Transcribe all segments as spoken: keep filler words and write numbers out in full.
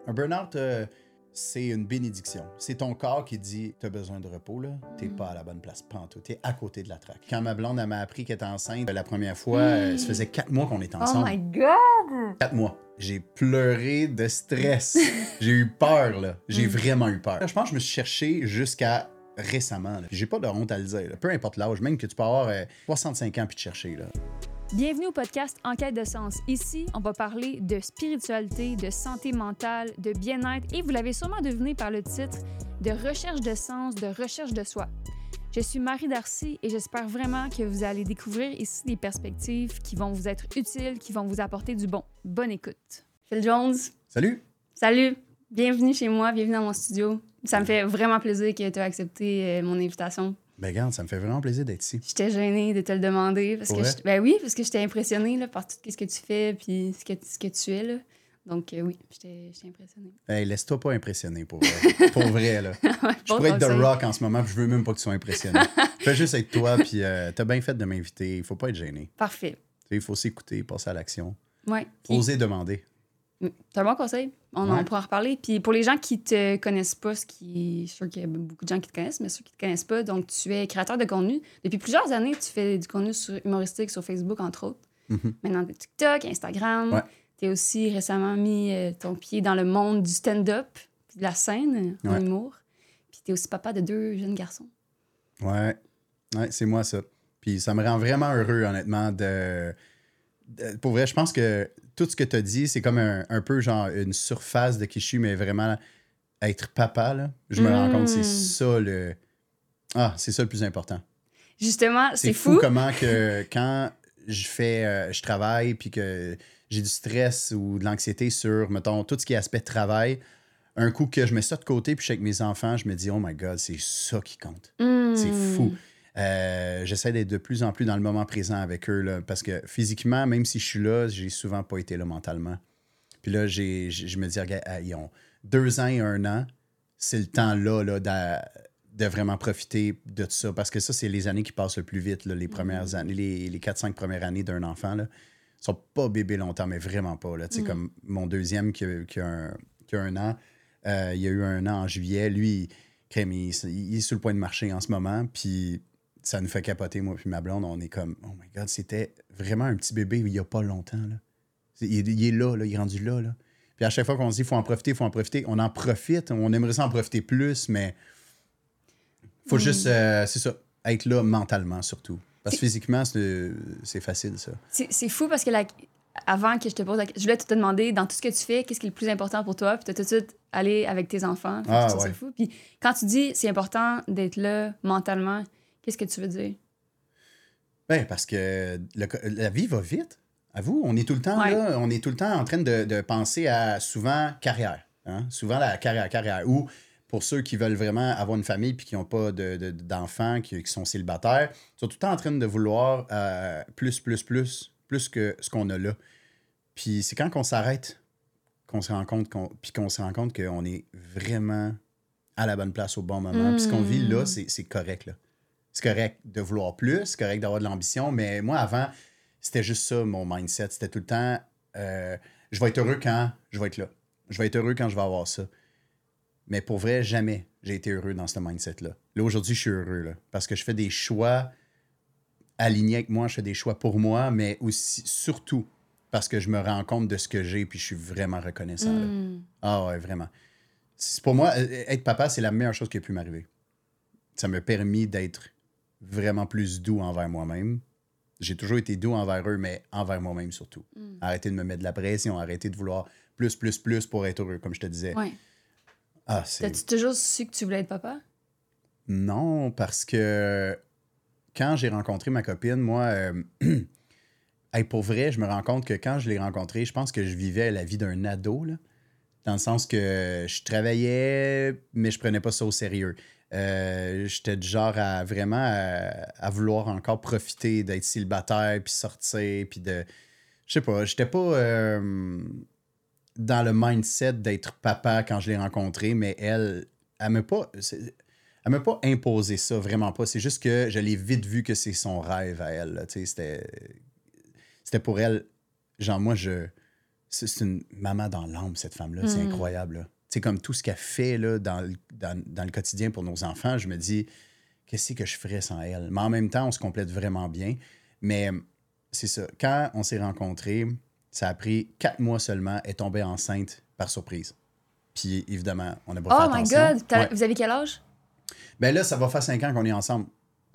Un burn-out, euh, c'est une bénédiction. C'est ton corps qui dit « T'as besoin de repos, là. T'es mm. pas à la bonne place, pantoute. T'es à côté de la traque. » Quand ma blonde elle m'a appris qu'elle était enceinte, la première fois, mm. euh, ça faisait quatre mois qu'on était ensemble. Oh my God! Quatre mois. J'ai pleuré de stress. J'ai eu peur, là. J'ai mm. vraiment eu peur. Je pense que je me suis cherché jusqu'à récemment. Là. J'ai pas de honte à le dire. Là. Peu importe l'âge, même que tu peux avoir euh, soixante-cinq ans puis te chercher, là. Bienvenue au podcast Enquête de sens. Ici, on va parler de spiritualité, de santé mentale, de bien-être et vous l'avez sûrement deviné par le titre, de recherche de sens, de recherche de soi. Je suis Marie Darcy et j'espère vraiment que vous allez découvrir ici des perspectives qui vont vous être utiles, qui vont vous apporter du bon. Bonne écoute. Phil Jones. Salut. Salut. Bienvenue chez moi, bienvenue dans mon studio. Ça me fait vraiment plaisir que tu aies accepté mon invitation. Ben regarde, ça me fait vraiment plaisir d'être ici. J'étais gênée de te le demander. Parce que je, ben oui, parce que j'étais impressionnée là, par tout ce que tu fais puis ce que, ce que tu es. Là. Donc euh, oui, j'étais, j'étais impressionnée. Hey, laisse-toi pas impressionner pour vrai. Pour vrai, là. Ouais, je pourrais être The Rock en ce moment puis je veux même pas que tu sois impressionné. Fais juste être toi puis euh, t'as bien fait de m'inviter. Il faut pas être gêné. Parfait. Il faut s'écouter, passer à l'action. Ouais. Oser demander. C'est un bon conseil. On, ouais. on pourra en reparler. Puis pour les gens qui te connaissent pas, ce qui, je suis sûre qu'il y a beaucoup de gens qui te connaissent, mais ceux qui te connaissent pas, donc tu es créateur de contenu. Depuis plusieurs années, tu fais du contenu sur, humoristique sur Facebook, entre autres. Mm-hmm. Maintenant, TikTok, Instagram. Ouais. Tu as aussi récemment mis euh, ton pied dans le monde du stand-up, puis de la scène, en ouais. humour. Puis tu es aussi papa de deux jeunes garçons. Ouais. Ouais, c'est moi, ça. Puis ça me rend vraiment heureux, honnêtement, de... de... Pour vrai, je pense que tout ce que tu as dit, c'est comme un, un peu genre une surface de qui je suis, mais vraiment être papa, là, je me mmh. rends compte, c'est ça le... Ah, c'est ça le plus important. Justement, c'est, c'est fou. fou comment que quand je fais, euh, je travaille puis que j'ai du stress ou de l'anxiété sur, mettons, tout ce qui est aspect de travail, un coup que je mets ça de côté puis je suis avec mes enfants, je me dis, oh my God, c'est ça qui compte. Mmh. C'est fou. Euh, j'essaie d'être de plus en plus dans le moment présent avec eux, là, parce que physiquement, même si je suis là, j'ai souvent pas été là mentalement. Puis là, j'ai, je me dis, regarde, ils ont deux ans et un an, c'est le temps-là là, de, de vraiment profiter de tout ça, parce que ça, c'est les années qui passent le plus vite, là, les premières années, les, les quatre cinq premières années d'un enfant, là, sont pas bébés longtemps, mais vraiment pas. Là, mm. Comme mon deuxième qui a, qui a, un, qui a un an, euh, il a eu un an en juillet, lui, il, il, il est sur le point de marcher en ce moment, puis ça nous fait capoter, moi puis ma blonde. On est comme, oh my God, c'était vraiment un petit bébé il y a pas longtemps. Là. Il, il est là, là, il est rendu là, là. Puis à chaque fois qu'on se dit, il faut en profiter, il faut en profiter, on en profite. On aimerait ça en profiter plus, mais il faut mmh. juste, euh, c'est ça, être là mentalement surtout. Parce que physiquement, c'est, c'est facile, ça. C'est, c'est fou parce que la... avant que je te pose la question, je voulais te demander, dans tout ce que tu fais, qu'est-ce qui est le plus important pour toi? Puis tu as tout de suite allé avec tes enfants. Ah, ça, ouais. C'est fou. Puis quand tu dis, c'est important d'être là mentalement, qu'est-ce que tu veux dire? Bien, parce que le, la vie va vite. À vous, on est tout le temps ouais. là, on est tout le temps en train de, de penser à souvent carrière. Hein? Souvent la carrière, carrière. Ou pour ceux qui veulent vraiment avoir une famille et qui n'ont pas de, de, d'enfants, qui, qui sont célibataires, ils sont tout le temps en train de vouloir euh, plus, plus, plus, plus que ce qu'on a là. Puis c'est quand qu'on s'arrête qu'on se rend compte qu'on, puis qu'on se rend compte qu'on est vraiment à la bonne place au bon moment. Mmh. Puis ce qu'on vit là, c'est, c'est correct, là. C'est correct de vouloir plus, c'est correct d'avoir de l'ambition, mais moi, avant, c'était juste ça, mon mindset. C'était tout le temps, euh, je vais être heureux quand je vais être là. Je vais être heureux quand je vais avoir ça. Mais pour vrai, jamais j'ai été heureux dans ce mindset-là. Là, aujourd'hui, je suis heureux, là, parce que je fais des choix alignés avec moi, je fais des choix pour moi, mais aussi, surtout, parce que je me rends compte de ce que j'ai, puis je suis vraiment reconnaissant. Mm. Là. Ah ouais, vraiment. C'est, pour moi, être papa, c'est la meilleure chose qui a pu m'arriver. Ça m'a permis d'être vraiment plus doux envers moi-même. J'ai toujours été doux envers eux, mais envers moi-même surtout. Mm. Arrêter de me mettre de la pression, arrêter de vouloir plus, plus, plus pour être heureux, comme je te disais. Ouais. Ah, c'est... T'as-tu toujours su que tu voulais être papa? Non, parce que quand j'ai rencontré ma copine, moi, euh, hey, pour vrai, je me rends compte que quand je l'ai rencontrée, je pense que je vivais la vie d'un ado, là, dans le sens que je travaillais, mais je prenais pas ça au sérieux. Euh, j'étais du genre à vraiment à, à vouloir encore profiter d'être célibataire puis sortir puis de je sais pas, j'étais pas euh, dans le mindset d'être papa quand je l'ai rencontrée, mais elle elle m'a pas c'est, elle m'a pas imposé ça, vraiment pas, c'est juste que je l'ai vite vu que c'est son rêve à elle, tu sais, c'était c'était pour elle genre moi je c'est, c'est une maman dans l'âme, cette femme-là. Mm. C'est incroyable. Tu sais, comme tout ce qu'elle fait là, dans, le, dans, dans le quotidien pour nos enfants, je me dis, qu'est-ce que je ferais sans elle? Mais en même temps, on se complète vraiment bien. Mais c'est ça. Quand on s'est rencontrés, ça a pris quatre mois seulement. Elle est tombée enceinte par surprise. Puis évidemment, on n'a pas oh fait attention. Oh my God! Ouais. Vous avez quel âge? Ben là, ça va faire cinq ans qu'on est ensemble.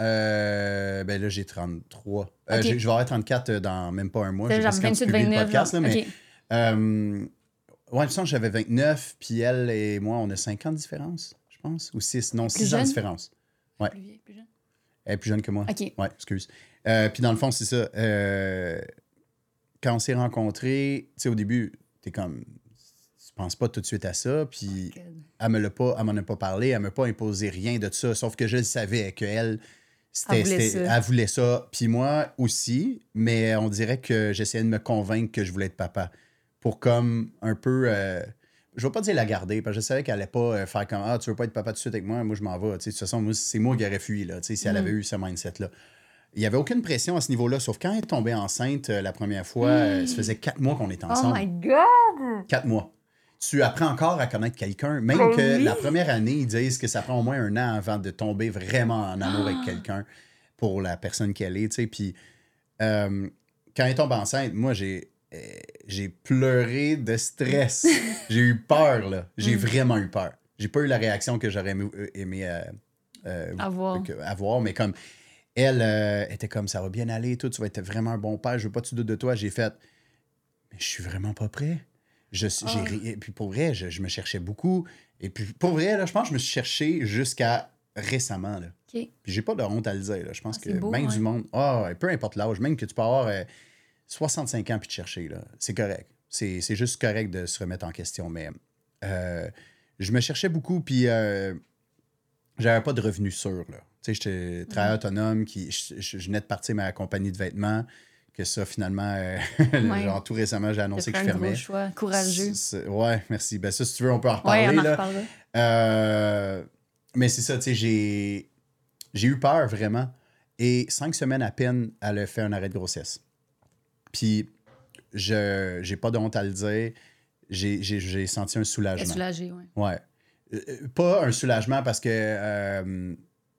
Euh, ben là, j'ai trente-trois. Euh, okay. Je vais avoir trente-quatre dans même pas un mois. C'est genre vingt-huit vingt-neuf. Podcast, là, mais, okay. euh, ouais, je sens que j'avais vingt-neuf, puis elle et moi, on a cinq ans de différence, je pense. Ou six. Non, six ans de différence. Ouais. Plus vieille, plus jeune? Elle est plus jeune que moi. OK. Ouais, excuse. Euh, puis dans le fond, c'est ça. Euh, quand on s'est rencontrés, tu sais, au début, t'es comme... Tu penses pas tout de suite à ça, puis oh, elle me l'a pas, elle m'en a pas parlé, elle m'a pas imposé rien de ça, sauf que je le savais qu'elle, c'était, elle voulait c'était, ça. Elle voulait ça. Puis moi aussi, mais on dirait que j'essayais de me convaincre que je voulais être papa. Pour comme un peu... Euh, je vais pas dire la garder, parce que je savais qu'elle allait pas faire comme « Ah, tu veux pas être papa tout de suite avec moi? Moi, je m'en vais. » De toute façon, moi, c'est moi qui aurais fui, là, si elle mm. avait eu ce mindset-là. Il n'y avait aucune pression à ce niveau-là, sauf quand elle est tombée enceinte euh, la première fois, mm. euh, ça faisait quatre mois qu'on était ensemble. Oh my God! Quatre mois. Tu apprends encore à connaître quelqu'un, même oh que oui. La première année, ils disent que ça prend au moins un an avant de tomber vraiment en amour ah. avec quelqu'un pour la personne qu'elle est, tu sais. Puis euh, quand elle tombe enceinte, moi, j'ai... Euh, j'ai pleuré de stress. J'ai eu peur, là. J'ai mm. vraiment eu peur. J'ai pas eu la réaction que j'aurais aimé, aimé euh, euh, avoir. Que, avoir, mais comme elle euh, était comme ça va bien aller, tout, tu vas être vraiment un bon père, je veux pas que tu doutes de toi. J'ai fait, mais je suis vraiment pas prêt. Je, oh. j'ai, et puis pour vrai, je, je me cherchais beaucoup. Et puis pour vrai, là, je pense que je me suis cherché jusqu'à récemment. Là. Okay. Puis j'ai pas de honte à le dire. Là. Je pense ah, que beau, même hein? du monde, oh, peu importe l'âge, même que tu peux avoir euh, soixante-cinq ans puis te chercher, là, c'est correct. C'est, c'est juste correct de se remettre en question. Mais euh, je me cherchais beaucoup, puis euh, j'avais pas de revenus sûrs. Tu sais, j'étais travailleur mmh. autonome, qui, je, je, je venais de partir ma compagnie de vêtements, que ça, finalement, euh, ouais. genre, tout récemment, j'ai annoncé que je fermais. C'est un gros choix, courageux. C'est, c'est, ouais, merci. Ben ça, si tu veux, on peut en reparler. Oui, on en là. reparlera. Euh, mais c'est ça, tu sais, j'ai, j'ai eu peur, vraiment. Et cinq semaines à peine, elle a fait un arrêt de grossesse. Puis, je j'ai pas de honte à le dire, j'ai, j'ai, j'ai senti un soulagement. T'es soulagé, oui. Ouais. Euh, pas un soulagement parce que... Euh,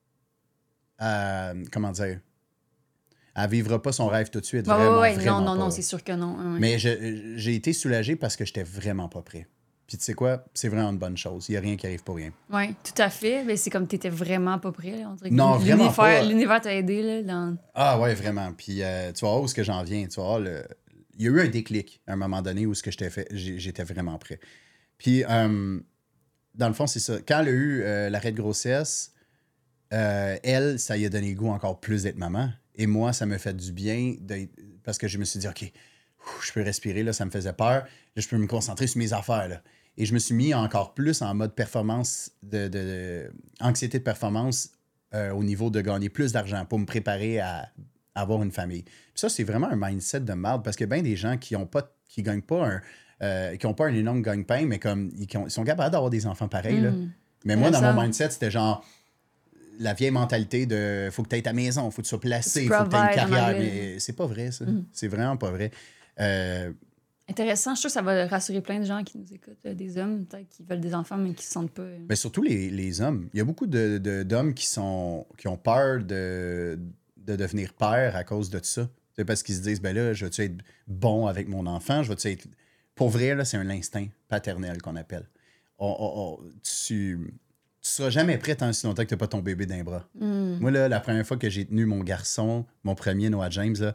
euh, comment dire? Elle ne vivra pas son rêve tout de suite. Ouais, vraiment, ouais, vraiment non, non, pas. non, c'est sûr que non. Ouais. Mais je, j'ai été soulagé parce que j'étais vraiment pas prêt. Puis tu sais quoi? C'est vraiment une bonne chose. Il n'y a rien qui arrive pour rien. Oui, tout à fait. Mais c'est comme tu n'étais vraiment pas prêt. Là. On dirait que non, vraiment l'univers, pas. L'univers t'a aidé. Là, dans... Ah ouais, vraiment. Puis euh, tu vas voir où est-ce que j'en viens. Tu vas voir, le... il y a eu un déclic à un moment donné où ce que j'étais, fait... j'étais vraiment prêt. Puis, euh, dans le fond, c'est ça. Quand elle a eu euh, l'arrêt de grossesse, euh, elle, ça lui a donné le goût encore plus d'être maman. Et moi, ça me fait du bien d'être... parce que je me suis dit, OK, ouf, je peux respirer, là, ça me faisait peur. Là, je peux me concentrer sur mes affaires. Là. Et je me suis mis encore plus en mode performance, de, de, de anxiété de performance euh, au niveau de gagner plus d'argent pour me préparer à, à avoir une famille. Puis ça, c'est vraiment un mindset de merde parce que bien des gens qui ont pas, qui gagnent pas un, euh, qui ont pas un énorme gagne-pain, mais comme ils, ont, ils sont capables d'avoir des enfants pareils. Mm. Là. Mais moi, dans ça. Mon mindset, c'était genre la vieille mentalité de faut que tu aies ta maison, faut que tu sois placé, faut que tu aies une carrière. Mais c'est pas vrai, ça. Mm. C'est vraiment pas vrai. Euh, Intéressant. Je suis sûr que ça va rassurer plein de gens qui nous écoutent, des hommes peut-être qui veulent des enfants, mais qui se sentent pas. Mais surtout les, les hommes. Il y a beaucoup de, de, d'hommes qui, sont, qui ont peur de, de devenir père à cause de ça. C'est parce qu'ils se disent, ben là, je vais-tu être bon avec mon enfant? Je vais-tu être... Pour vrai, là, c'est un instinct paternel qu'on appelle. On, on, on, tu ne seras jamais prêt tant si longtemps que tu n'as pas ton bébé dans les bras. Mm. Moi, là, la première fois que j'ai tenu mon garçon, mon premier, Noah James, là,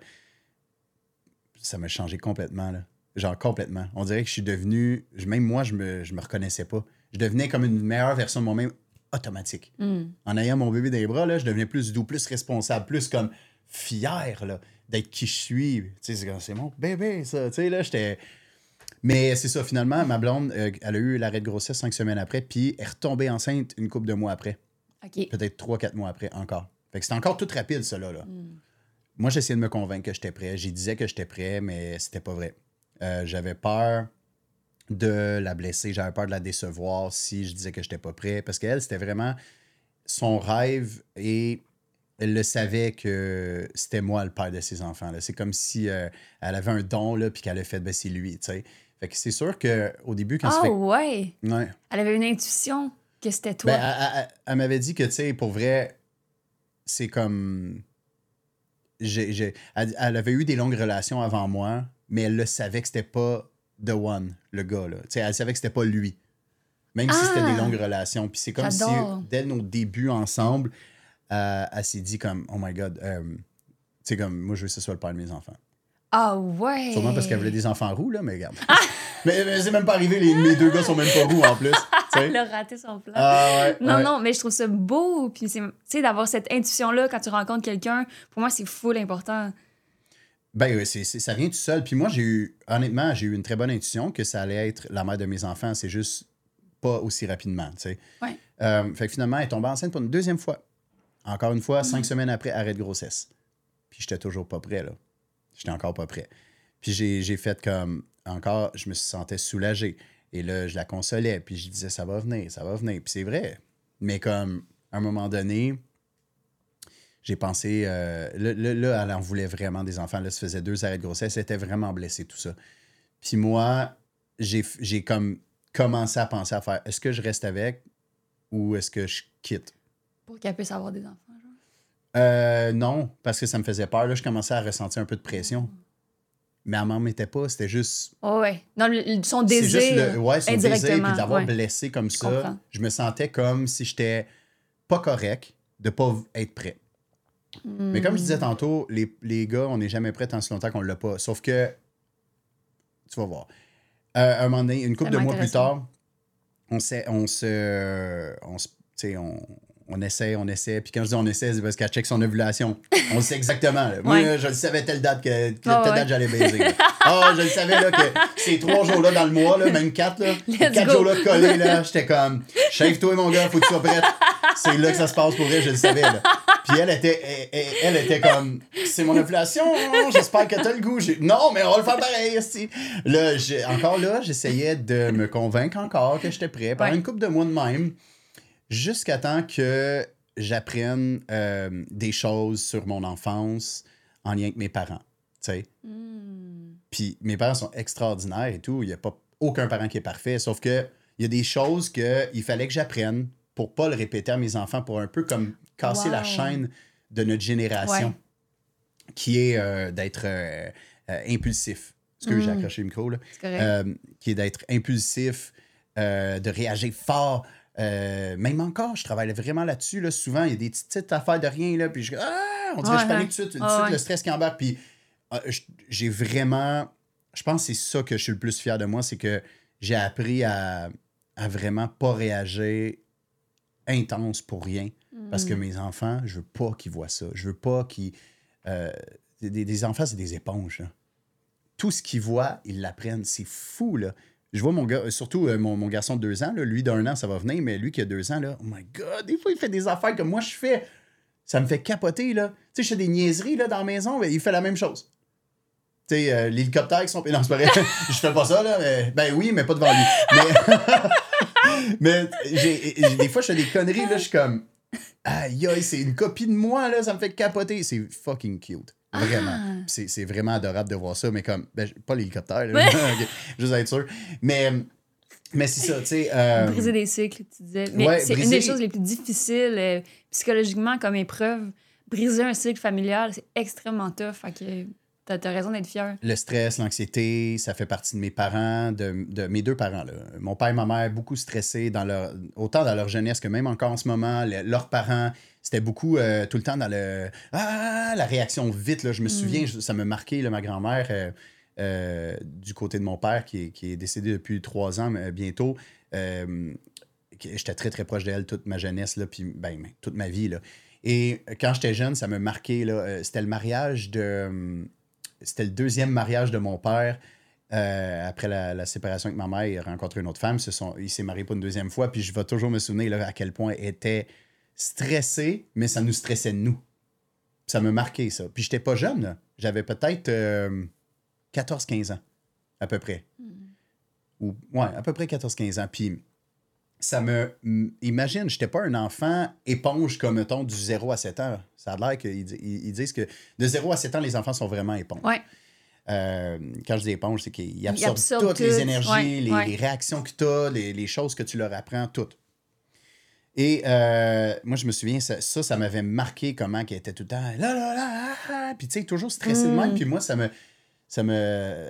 ça m'a changé complètement, là. Genre complètement. On dirait que je suis devenu... Même moi, je me, je me reconnaissais pas. Je devenais comme une meilleure version de moi-même automatique. Mm. En ayant mon bébé dans les bras, là, je devenais plus doux, plus responsable, plus comme fier là, d'être qui je suis. Tu sais, c'est, c'est mon bébé, ça. Tu sais, là, j'étais... Mais c'est ça, finalement, ma blonde, euh, elle a eu l'arrêt de grossesse cinq semaines après, puis elle est retombée enceinte une couple de mois après. Okay. Peut-être trois, quatre mois après, encore. Fait que c'était encore tout rapide, ça, là. là. Mm. Moi, j'essayais de me convaincre que j'étais prêt. J'y disais que j'étais prêt, mais c'était pas vrai. Euh, j'avais peur de la blesser, j'avais peur de la décevoir si je disais que je n'étais pas prêt. Parce qu'elle, c'était vraiment son rêve et elle le savait que c'était moi le père de ses enfants. Là. C'est comme si euh, elle avait un don, là, puis qu'elle a fait, ben, c'est lui. T'sais. Fait que c'est sûr qu'au début, quand Ah, ça fait... ouais! Ouais. Elle avait une intuition que c'était toi. Ben, elle, elle- elle m'avait dit que, tu sais, pour vrai, c'est comme... J'ai, j'ai... Elle, elle avait eu des longues relations avant moi, mais elle le savait que c'était pas the one, le gars, là. Tu sais, elle savait que c'était pas lui. Même si c'était des Ah! longues relations. Puis c'est comme J'adore. si, dès nos débuts ensemble, euh, elle s'est dit comme, oh my God, euh, tu sais, comme, moi, je veux que ce soit le père de mes enfants. Ah, ouais! Sûrement parce qu'elle voulait des enfants roux, là, mais regarde. mais, mais c'est même pas arrivé, les, mes deux gars sont même pas roux, en plus. Tu sais. Elle a raté son plan. Ah, ouais, non, ouais. non, mais je trouve ça beau. Puis, c'est- tu sais, d'avoir cette intuition-là quand tu rencontres quelqu'un, pour moi, c'est full important. Ben, oui, c'est, c'est, ça vient tout seul. Puis moi, j'ai eu, honnêtement, j'ai eu une très bonne intuition que ça allait être la mère de mes enfants. C'est juste pas aussi rapidement, tu sais. Ouais. Euh, fait que finalement, elle est tombée enceinte pour une deuxième fois. Encore une fois, cinq semaines après, arrêt de grossesse. Puis j'étais toujours pas prêt, là. J'étais encore pas prêt. Puis j'ai, j'ai fait comme... Encore, je me sentais soulagé. Et là, je la consolais. Puis je disais, ça va venir, ça va venir. Puis c'est vrai. Mais comme, à un moment donné, j'ai pensé... Euh, là, là, là, elle en voulait vraiment des enfants. Là, ça faisait deux arrêts de grossesse. Elle était vraiment blessée, tout ça. Puis moi, j'ai, j'ai comme commencé à penser à faire, est-ce que je reste avec ou est-ce que je quitte? Pour qu'elle puisse avoir des enfants, genre. Euh, non, parce que ça me faisait peur. Là, je commençais à ressentir un peu de pression. Mais elle m'en mettait pas. C'était juste... Oh, ouais. Non, le- le- son C'est désir, juste le, ouais, son désir, indirectement. puis d'avoir ouais. blessé comme Je ça, comprends. je me sentais comme si j'étais pas correct de pas être prêt. Mm. Mais comme je disais tantôt, les, les gars, on n'est jamais prêt tant si longtemps qu'on l'a pas. Sauf que, tu vas voir. Euh, un moment donné, une couple de Tellement mois plus intéressant. tard, on, s'est- on se... On, se- tu sais, on, on essaie, on essaie. Puis quand je dis on essaie, c'est parce qu'elle check son ovulation. On le sait exactement. Là. Moi, Ouais. là, je le savais telle date que, que Ah, telle ouais. date j'allais baiser. là. Ah, je le savais là, que ces trois jours-là dans le mois, là, même quatre, là, Let's quatre go. jours-là collés, là, j'étais comme, shave-toi, mon gars, faut que tu sois prête. C'est là que ça se passe pour vrai, je le savais. Là. Puis elle était, elle, elle- elle était comme, c'est mon ovulation, j'espère que t'as le goût. J'ai, non, mais on va le faire pareil. esti. Là, j'ai, encore là, j'essayais de me convaincre encore que j'étais prêt pendant Ouais. une couple de mois de même, jusqu'à temps que j'apprenne euh, des choses sur mon enfance en lien avec mes parents. Tu sais. Mm. Puis mes parents sont extraordinaires et tout. Il n'y a pas aucun parent qui est parfait. Sauf que il y a des choses qu'il fallait que j'apprenne pour pas le répéter à mes enfants, pour un peu comme casser Wow. la chaîne de notre génération, Ouais. qui est euh, d'être euh, euh, impulsif. Parce que Mm. j'ai accroché le micro, là. C'est correct. Euh, qui est d'être impulsif, euh, de réagir fort. Euh, même encore, je travaille vraiment là-dessus. Là. Souvent, il y a des petites, petites affaires de rien, là, puis je, ah, on dirait que je Ouais, panique ouais. tout de suite, tout de Ouais, suite ouais. le stress qui embarque. Puis euh, je- j'ai vraiment... Je pense que c'est ça que je suis le plus fier de moi, c'est que j'ai appris à, à vraiment pas réagir intense pour rien. Parce que Mm. mes enfants, je veux pas qu'ils voient ça. Je veux pas qu'ils... euh, des, des enfants, c'est des éponges. Là. Tout ce qu'ils voient, ils l'apprennent. C'est fou, là. Je vois mon gars, surtout euh, mon, mon garçon de deux ans, là, lui d'un an, ça va venir, mais lui qui a deux ans, là, oh my God, des fois, il fait des affaires que moi, je fais. Ça me fait capoter, là. Tu sais, je fais des niaiseries, là, dans la maison, mais il fait la même chose. Tu sais, euh, l'hélicoptère qui sont... Non, c'est pas vrai. Je fais pas ça, là. Mais... Ben oui, mais pas devant lui. Mais, mais j'ai, j'ai- des fois, je fais des conneries, là, je suis comme... Aïe, aïe, c'est une copie de moi, là, ça me fait capoter. C'est fucking cute. Vraiment. Ah. C'est, c'est vraiment adorable de voir ça, mais comme... Ben, pas l'hélicoptère, là. Ouais. Ok, juste à être sûr. Mais, mais c'est ça, tu sais... euh, Briser des cycles, tu disais. Mais ouais, c'est une briser- des choses les plus difficiles euh, psychologiquement comme épreuve. Briser un cycle familial, c'est extrêmement tough. Fait que t'as, t'as raison d'être fier. Le stress, l'anxiété, ça fait partie de mes parents, de, de mes deux parents. Là. Mon père et ma mère, beaucoup stressés, dans leur, autant dans leur jeunesse que même encore en ce moment. Le- leurs parents, c'était beaucoup euh, tout le temps dans le... Ah, la réaction vite. Là. Je me souviens, je- ça m'a marqué, là, ma grand-mère, euh, euh, du côté de mon père, qui est, qui est décédé depuis trois ans euh, bientôt. Euh, que- j'étais très, très proche d'elle toute ma jeunesse, là, puis ben, ben, toute ma vie. Là. Et quand j'étais jeune, ça m'a marqué. Là, euh, c'était le mariage de... hum, C'était le deuxième mariage de mon père. Euh, après la, la séparation avec ma mère, il a rencontré une autre femme. Se sont, il s'est marié pour une deuxième fois. Puis je vais toujours me souvenir là, à quel point il était stressé, mais ça nous stressait de nous. Ça m'a marqué, ça. Puis j'étais pas jeune. Là. J'avais peut-être euh, quatorze quinze ans, à peu près. Ou, ouais, à peu près quatorze quinze ans. Puis ça me... m- Imagine, j'étais pas un enfant éponge comme, mettons, du zéro à sept ans. Ça a l'air qu'ils di- ils- ils disent que de zéro à sept ans, les enfants sont vraiment éponges. Ouais. Euh, quand je dis éponge, c'est qu'il absorbe, absorbe toutes tout. les énergies, Ouais, les, ouais. les réactions que tu as, les, les choses que tu leur apprends, toutes. Et euh, moi, je me souviens, ça, ça, ça m'avait marqué comment qu'elle était tout le temps là, là, là, là. Puis, tu sais, toujours stressée Mm. de même. Puis moi, ça me. Ça me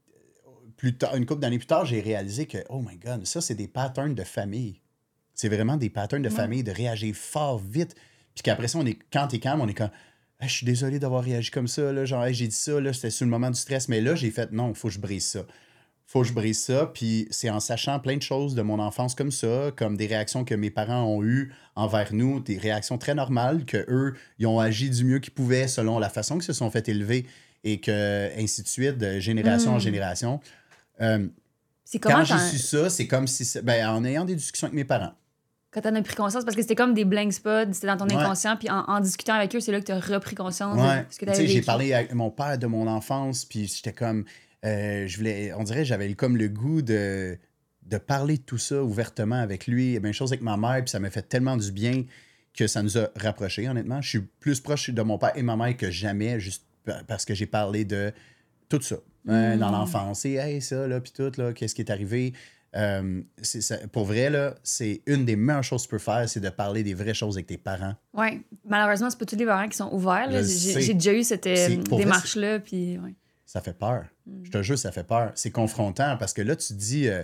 plus tard, une couple d'années plus tard, j'ai réalisé que, oh my God, ça, c'est des patterns de famille. C'est vraiment des patterns de Ouais. famille, de réagir fort, vite. Puis qu'après ça, on est, quand t'es calme, on est comme, hey, je suis désolé d'avoir réagi comme ça. Là, genre, hey, j'ai dit ça, là, c'était sur le moment du stress. Mais là, j'ai fait, non, il faut que je brise ça. Faut que je brise ça. Puis c'est en sachant plein de choses de mon enfance comme ça, comme des réactions que mes parents ont eues envers nous, des réactions très normales, qu'eux, ils ont agi du mieux qu'ils pouvaient selon la façon qu'ils se sont fait élever et que, ainsi de suite, de génération Mm. en génération. Euh, C'est comment quand j'ai t'en- su ça, c'est comme si... Ben, en ayant des discussions avec mes parents. quand t'en as pris conscience, parce que c'était comme des blank spots, c'était dans ton Ouais. inconscient, puis en, en discutant avec eux, c'est là que t'as repris conscience Ouais. de ce que Tu t'avais sais, j'ai vécu. parlé avec mon père de mon enfance, puis j'étais comme... euh, je voulais... On dirait que j'avais comme le goût de, de parler de tout ça ouvertement avec lui. Même chose avec ma mère, puis ça m'a fait tellement du bien que ça nous a rapprochés, honnêtement. Je suis plus proche de mon père et ma mère que jamais, juste parce que j'ai parlé de tout ça, hein, Mm. dans l'enfance. Et hey, ça, là, puis tout, là, qu'est-ce qui est arrivé? Euh, c'est, ça, pour vrai, là, c'est une des meilleures choses que tu peux faire, c'est de parler des vraies choses avec tes parents. Oui, malheureusement, c'est pas tous les parents qui sont ouverts. là. Je J'ai, sais. j'ai déjà eu cette euh, C'est- pour vrai, démarche-là. Puis, ouais. Ça fait peur. Mm. Je te jure, ça fait peur. C'est confrontant parce que là, tu te dis, euh,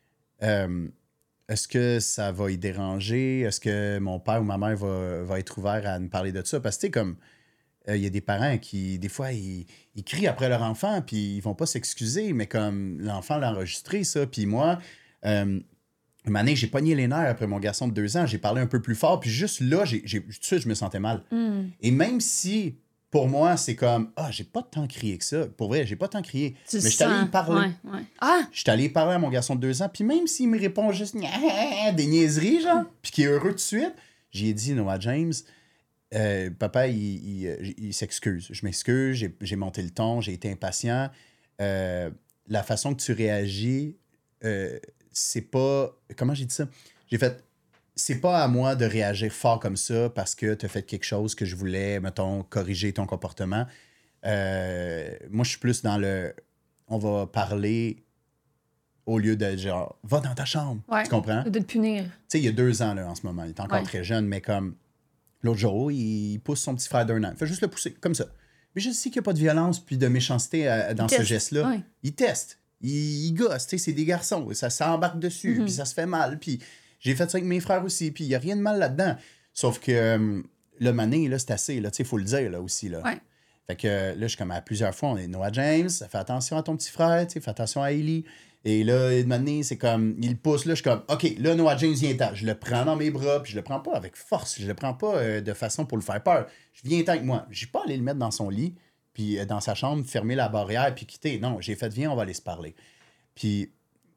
euh, est-ce que ça va y déranger? Est-ce que mon père ou ma mère va, va être ouvert à me parler de ça? Parce que, tu sais, comme, il euh, y a des parents qui, des fois, ils, ils crient après leur enfant, puis ils vont pas s'excuser, mais comme l'enfant l'a enregistré, ça. Puis moi, euh, une année, j'ai pogné les nerfs après mon garçon de deux ans, j'ai parlé un peu plus fort, puis juste là, j'ai, j'ai, tout de suite, je me sentais mal. Mm. Et même si, pour moi, c'est comme, ah, j'ai pas tant crié que ça. Pour vrai, j'ai pas tant crié. Tu mais je suis allé sens- y parler. Ouais, ouais. Ah! Je suis allé parler à mon garçon de deux ans, puis même s'il me répond juste des niaiseries, genre, puis qu'il est heureux tout de suite, j'ai dit, Noah James, euh, papa, il, il, il s'excuse. Je m'excuse, j'ai, j'ai monté le ton, j'ai été impatient. Euh, la façon que tu réagis, euh, c'est pas... Comment j'ai dit ça? J'ai fait... C'est pas à moi de réagir fort comme ça parce que tu as fait quelque chose que je voulais, mettons, corriger ton comportement. Euh, moi, je suis plus dans le... On va parler au lieu de genre, va dans ta chambre. Ouais. Tu comprends? De te punir. Tu sais, il y a deux ans là, en ce moment. Il est encore Ouais. très jeune, mais comme l'autre jour, il pousse son petit frère d'un an. Il fait juste le pousser, comme ça. Mais je sais qu'il n'y a pas de violence puis de méchanceté euh, dans Il ce teste. geste-là. Ouais. Il teste. Il, il gosse. Tu sais, c'est des garçons. Ça s'embarque dessus, Mhm. puis ça se fait mal. Puis j'ai fait ça avec mes frères aussi, puis il n'y a rien de mal là-dedans. Sauf que euh, le mané, là, c'est assez. Il faut le dire là, aussi. Là. Ouais. Fait que euh, là, je suis comme à plusieurs fois, on est Noah James, fais attention à ton petit frère, fais attention à Ellie. Et là, une année, c'est comme, il pousse, là, je suis comme, OK, là, Noah James vient temps. Je le prends dans mes bras, puis je le prends pas avec force, je le prends pas euh, de façon pour le faire peur. Je viens temps avec moi. Je suis pas allé le mettre dans son lit, puis euh, dans sa chambre, fermer la barrière, puis quitter. Non, j'ai fait, viens, on va aller se parler. Puis,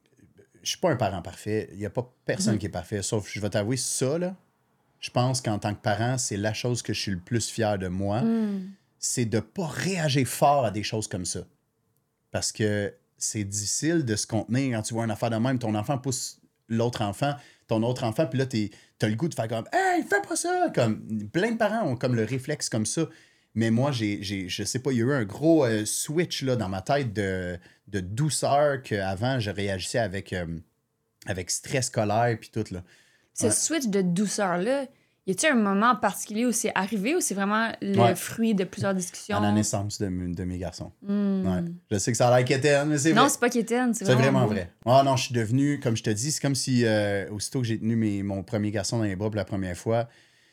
je suis pas un parent parfait. Il y a pas personne Mhm. qui est parfait, sauf, je vais t'avouer, ça, là, je pense qu'en tant que parent, c'est la chose que je suis le plus fier de moi. Mm. C'est de ne pas réagir fort à des choses comme ça. Parce que c'est difficile de se contenir quand tu vois une affaire de même. Ton enfant pousse l'autre enfant, ton autre enfant, puis là, tu as le goût de faire comme « Hey, fais pas ça! » Comme plein de parents ont comme le réflexe comme ça. Mais moi, j'ai, j'ai, je sais pas, il y a eu un gros euh, switch là, dans ma tête de, de douceur qu'avant, je réagissais avec, euh, avec stress scolaire puis tout. Là. Ce Ouais. switch de douceur-là, y a-t-il un moment particulier où c'est arrivé ou c'est vraiment le Ouais. fruit de plusieurs discussions? À la naissance de, de mes garçons. Mm. Ouais. Je sais que ça a l'air quétaine, mais c'est vrai. Non, c'est pas quétaine, c'est C'est vraiment, vraiment beau. vrai. Ah non, je suis devenu, comme je te dis, c'est comme si, euh, aussitôt que j'ai tenu mes, mon premier garçon dans les bras pour la première fois,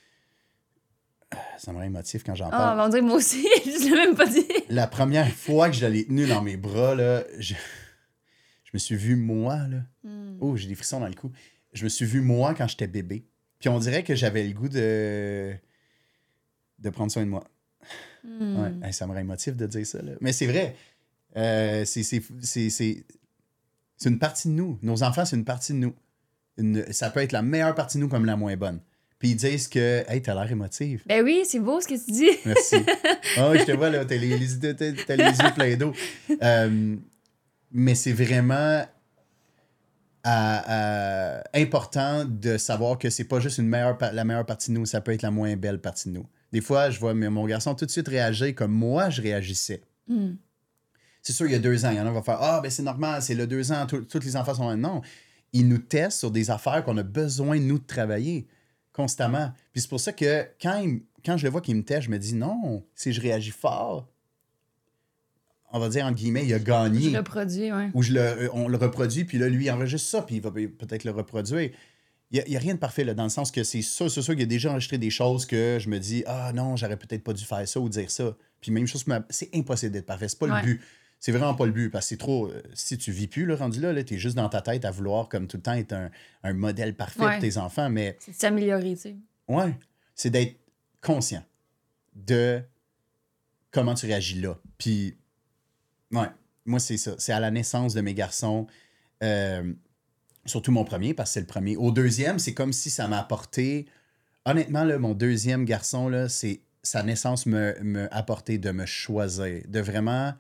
euh, ça me rend émotif quand j'en Ah, parle. ben on dirait moi aussi, je l'ai même pas dit. La première fois que je l'ai tenu dans mes bras, là, je, je me suis vu moi, là. Mm. Oh, j'ai des frissons dans le cou. Je me suis vu moi quand j'étais bébé. Puis on dirait que j'avais le goût de, de prendre soin de moi. Mm. Ouais. Hey, ça me rend émotif de dire ça, là. Mais c'est vrai. Euh, c'est, c'est, c'est, c'est, c'est une partie de nous. Nos enfants, c'est une partie de nous. Une, ça peut être la meilleure partie de nous comme la moins bonne. Puis ils disent que « Hey, t'as l'air émotive. Ben oui, c'est beau ce que tu dis. » Merci. Ah oui, je te vois, là, t'as les, les, t'as, t'as les yeux pleins d'eau. Euh, mais c'est vraiment à, à, important de savoir que c'est pas juste une meilleure, la meilleure partie de nous, ça peut être la moins belle partie de nous. Des fois, je vois mon garçon tout de suite réagir comme moi, je réagissais. Mm. c'est sûr, il y a deux ans, il y en a qui vont faire « Ah, ben c'est normal, c'est le deux ans, tous les enfants sont là. » Non, ils nous testent sur des affaires qu'on a besoin, nous, de travailler constamment. Puis c'est pour ça que quand, il, quand je le vois qu'il me teste, je me dis « Non, si je réagis fort, on va dire, entre guillemets, il a gagné. » Je le reproduis, oui. Ou je le, on le reproduit, puis là, lui, il enregistre ça, puis il va peut-être le reproduire. Il n'y a, a rien de parfait, là, dans le sens que c'est sûr, c'est sûr qu'il a déjà enregistré des choses que je me dis « Ah non, j'aurais peut-être pas dû faire ça ou dire ça. » Puis même chose, c'est impossible d'être parfait. C'est pas ouais. le but. C'est vraiment pas le but, parce que c'est trop... Si tu vis plus, là, rendu là, là tu es juste dans ta tête à vouloir, comme tout le temps, être un, un modèle parfait ouais. pour tes enfants, mais... C'est de s'améliorer, tu sais. Ouais. C'est d'être conscient de comment tu réagis là. Puis, ouais, moi, c'est ça. C'est à la naissance de mes garçons, euh, surtout mon premier, parce que c'est le premier. Au deuxième, c'est comme si ça m'a apporté... Honnêtement, là, mon deuxième garçon, là, c'est... Sa naissance me, me apporté de me choisir, de vraiment...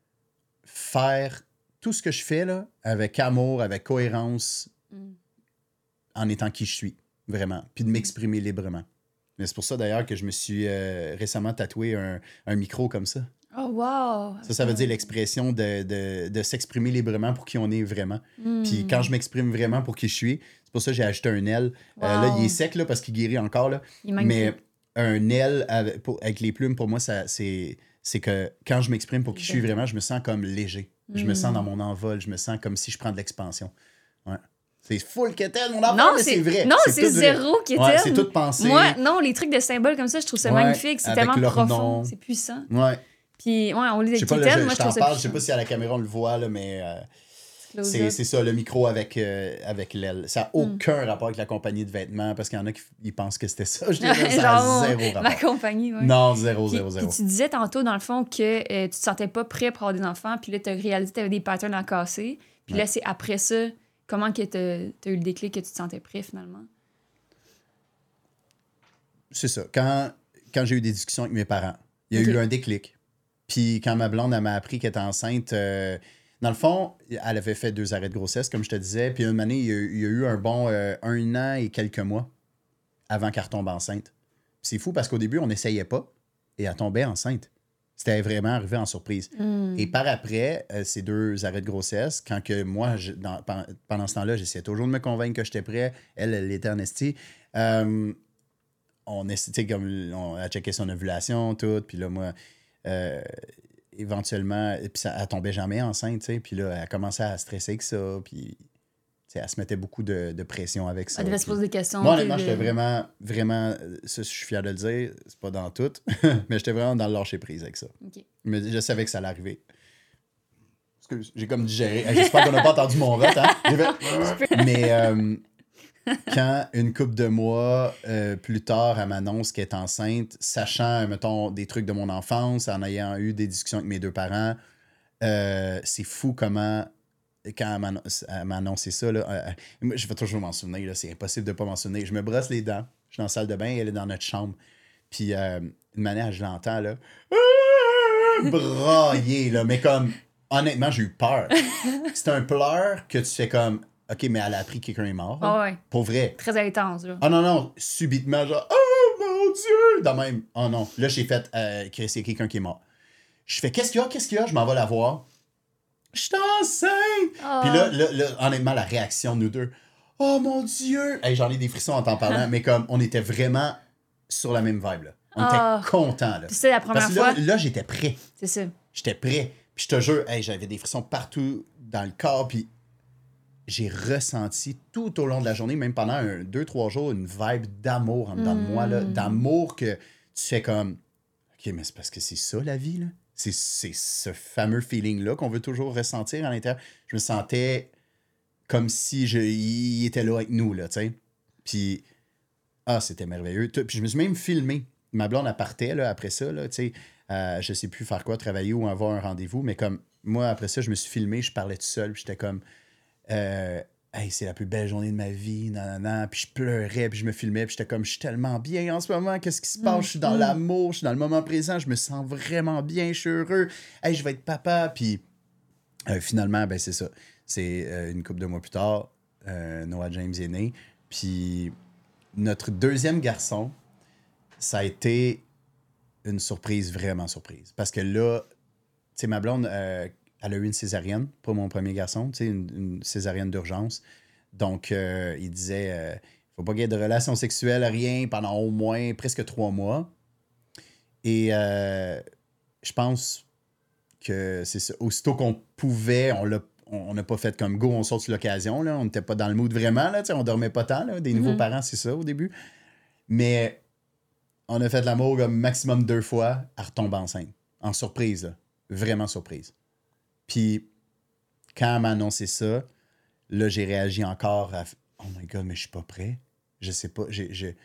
faire tout ce que je fais là, avec amour, avec cohérence, mm. en étant qui je suis, vraiment. Puis de m'exprimer librement. Mais c'est pour ça, d'ailleurs, que je me suis euh, récemment tatoué un, un micro comme ça. Oh, wow! Ça, ça veut dire l'expression de, de, de s'exprimer librement pour qui on est vraiment. Mm. Puis quand je m'exprime vraiment pour qui je suis, c'est pour ça que j'ai ajouté un L. Wow. Euh, là, il est sec là, parce qu'il guérit encore. Là. Mais un L avec, pour, avec les plumes, pour moi, ça, c'est... c'est que quand je m'exprime pour qui je suis vraiment, je me sens comme léger. Mm. Je me sens dans mon envol. Je me sens comme si je prends de l'expansion. Ouais. C'est full quétaine, mon enfant, mais c'est vrai. Non, c'est zéro quétaine. Ouais, c'est tout pensé. Moi, non, les trucs de symboles comme ça, je trouve ça ouais, magnifique. C'est tellement profond. C'est puissant. Ouais. Puis, ouais, on lit des quétaines, moi, je trouve ça parle, je sais pas si à la caméra on le voit, là, mais... Euh, C'est, c'est ça, le micro avec, euh, avec l'aile. Ça n'a aucun mm. rapport avec la compagnie de vêtements, parce qu'il y en a qui ils pensent que c'était ça. Je dirais, ça a zéro rapport. Ma compagnie, oui. Non, zéro, zéro, zéro. Puis tu disais tantôt, dans le fond, que euh, tu te sentais pas prêt pour avoir des enfants, puis là, tu as réalisé que tu avais des patterns à casser. Puis ouais. là, c'est après ça, comment que tu as eu le déclic que tu te sentais prêt, finalement? C'est ça. Quand, quand j'ai eu des discussions avec mes parents, il y a okay. eu un déclic. Puis quand ma blonde, elle m'a appris qu'elle était enceinte... Euh, Dans le fond, elle avait fait deux arrêts de grossesse, comme je te disais. Puis une année, il y a, il y a eu un bon euh, un an et quelques mois avant qu'elle retombe enceinte. Puis c'est fou parce qu'au début, on n'essayait pas et elle tombait enceinte. C'était vraiment arrivé en surprise. Mm. Et par après, euh, ces deux arrêts de grossesse, quand que moi, je, dans, pendant ce temps-là, j'essayais toujours de me convaincre que j'étais prêt. Elle, elle était en esti. Euh, on essayait comme... On a checké son ovulation, tout. Puis là, moi... Euh, éventuellement, puis ça, elle tombait jamais enceinte, tu sais, puis là, elle commençait à stresser avec ça, puis elle se mettait beaucoup de, de pression avec ça. Elle devait se poser des questions. Moi, honnêtement, j'étais vraiment, vraiment, ça, je suis fier de le dire, c'est pas dans tout, mais j'étais vraiment dans le lâcher-prise avec ça. Okay. Mais je savais que ça allait arriver. Excuse, j'ai comme digéré. J'espère qu'on n'a pas entendu mon vote, hein? Fait... mais... Euh, quand une couple de mois euh, plus tard, elle m'annonce qu'elle est enceinte, sachant, mettons, des trucs de mon enfance, en ayant eu des discussions avec mes deux parents, euh, c'est fou comment, quand elle m'a annoncé ça, là, euh, je vais toujours m'en souvenir, là, c'est impossible de ne pas m'en souvenir. Je me brosse les dents, je suis dans la salle de bain, elle est dans notre chambre. Puis, euh, une manière, je l'entends, là, brailler, là, mais comme, honnêtement, j'ai eu peur. C'est un pleur que tu fais comme... OK, mais elle a appris que quelqu'un est mort. Oh ouais. Pour vrai. Très intense, là. Ah non, non, subitement, genre, oh mon Dieu! Dans même, oh non. Là, j'ai fait euh, que c'est quelqu'un qui est mort. Je fais, qu'est-ce qu'il y a? Qu'est-ce qu'il y a? Je m'en vais la voir. Je suis enceinte! Oh. Puis là, là, là, honnêtement, la réaction de nous deux, oh mon Dieu! Hey, j'en ai des frissons en t'en parlant, mais comme, on était vraiment sur la même vibe, là. On oh. était contents, là. C'est la première Parce que fois. Là, là j'étais prêt. C'est ça. J'étais prêt. Puis je te jure, hey, j'avais des frissons partout dans le corps, puis j'ai ressenti tout au long de la journée, même pendant un, deux, trois jours, une vibe d'amour en dedans mmh. de moi, là, d'amour que tu fais comme, OK, mais c'est parce que c'est ça la vie, là. C'est, c'est ce fameux feeling-là qu'on veut toujours ressentir à l'intérieur. Je me sentais comme si je, il était là avec nous, là, tu sais. Puis, ah, c'était merveilleux. Puis je me suis même filmé. Ma blonde, elle partait, là, après ça, là, tu sais, euh, je sais plus faire quoi, travailler ou avoir un rendez-vous, mais comme, moi, après ça, je me suis filmé, je parlais tout seul, puis j'étais comme... Euh, hey, c'est la plus belle journée de ma vie, nanana. Puis je pleurais, puis je me filmais, puis j'étais comme, je suis tellement bien en ce moment, qu'est-ce qui se passe? Mm. Je suis dans mm. l'amour, je suis dans le moment présent, je me sens vraiment bien, je suis heureux. Hey, je vais être papa. Puis euh, finalement, ben c'est ça. C'est euh, une couple de mois plus tard, euh, Noah James est né. Puis notre deuxième garçon, ça a été une surprise, vraiment surprise. Parce que là, tu sais, ma blonde... Euh, elle a eu une césarienne pour mon premier garçon, tu sais, une, une césarienne d'urgence. Donc, euh, il disait, euh, faut pas qu'il y ait de relations sexuelles, rien, pendant au moins presque trois mois. Et euh, je pense que c'est ça. Aussitôt qu'on pouvait, on l'a on n'a pas fait comme go, on saute sur l'occasion. Là. On n'était pas dans le mood vraiment. Là, on dormait pas tant. Là. Des nouveaux Mm-hmm. parents, c'est ça au début. Mais on a fait l'amour comme maximum deux fois, elle retombe enceinte. En surprise. Là. Vraiment surprise. Puis, quand elle m'a annoncé ça, là, j'ai réagi encore à oh my God, mais je suis pas prêt. Je sais pas. J'ai, j'ai...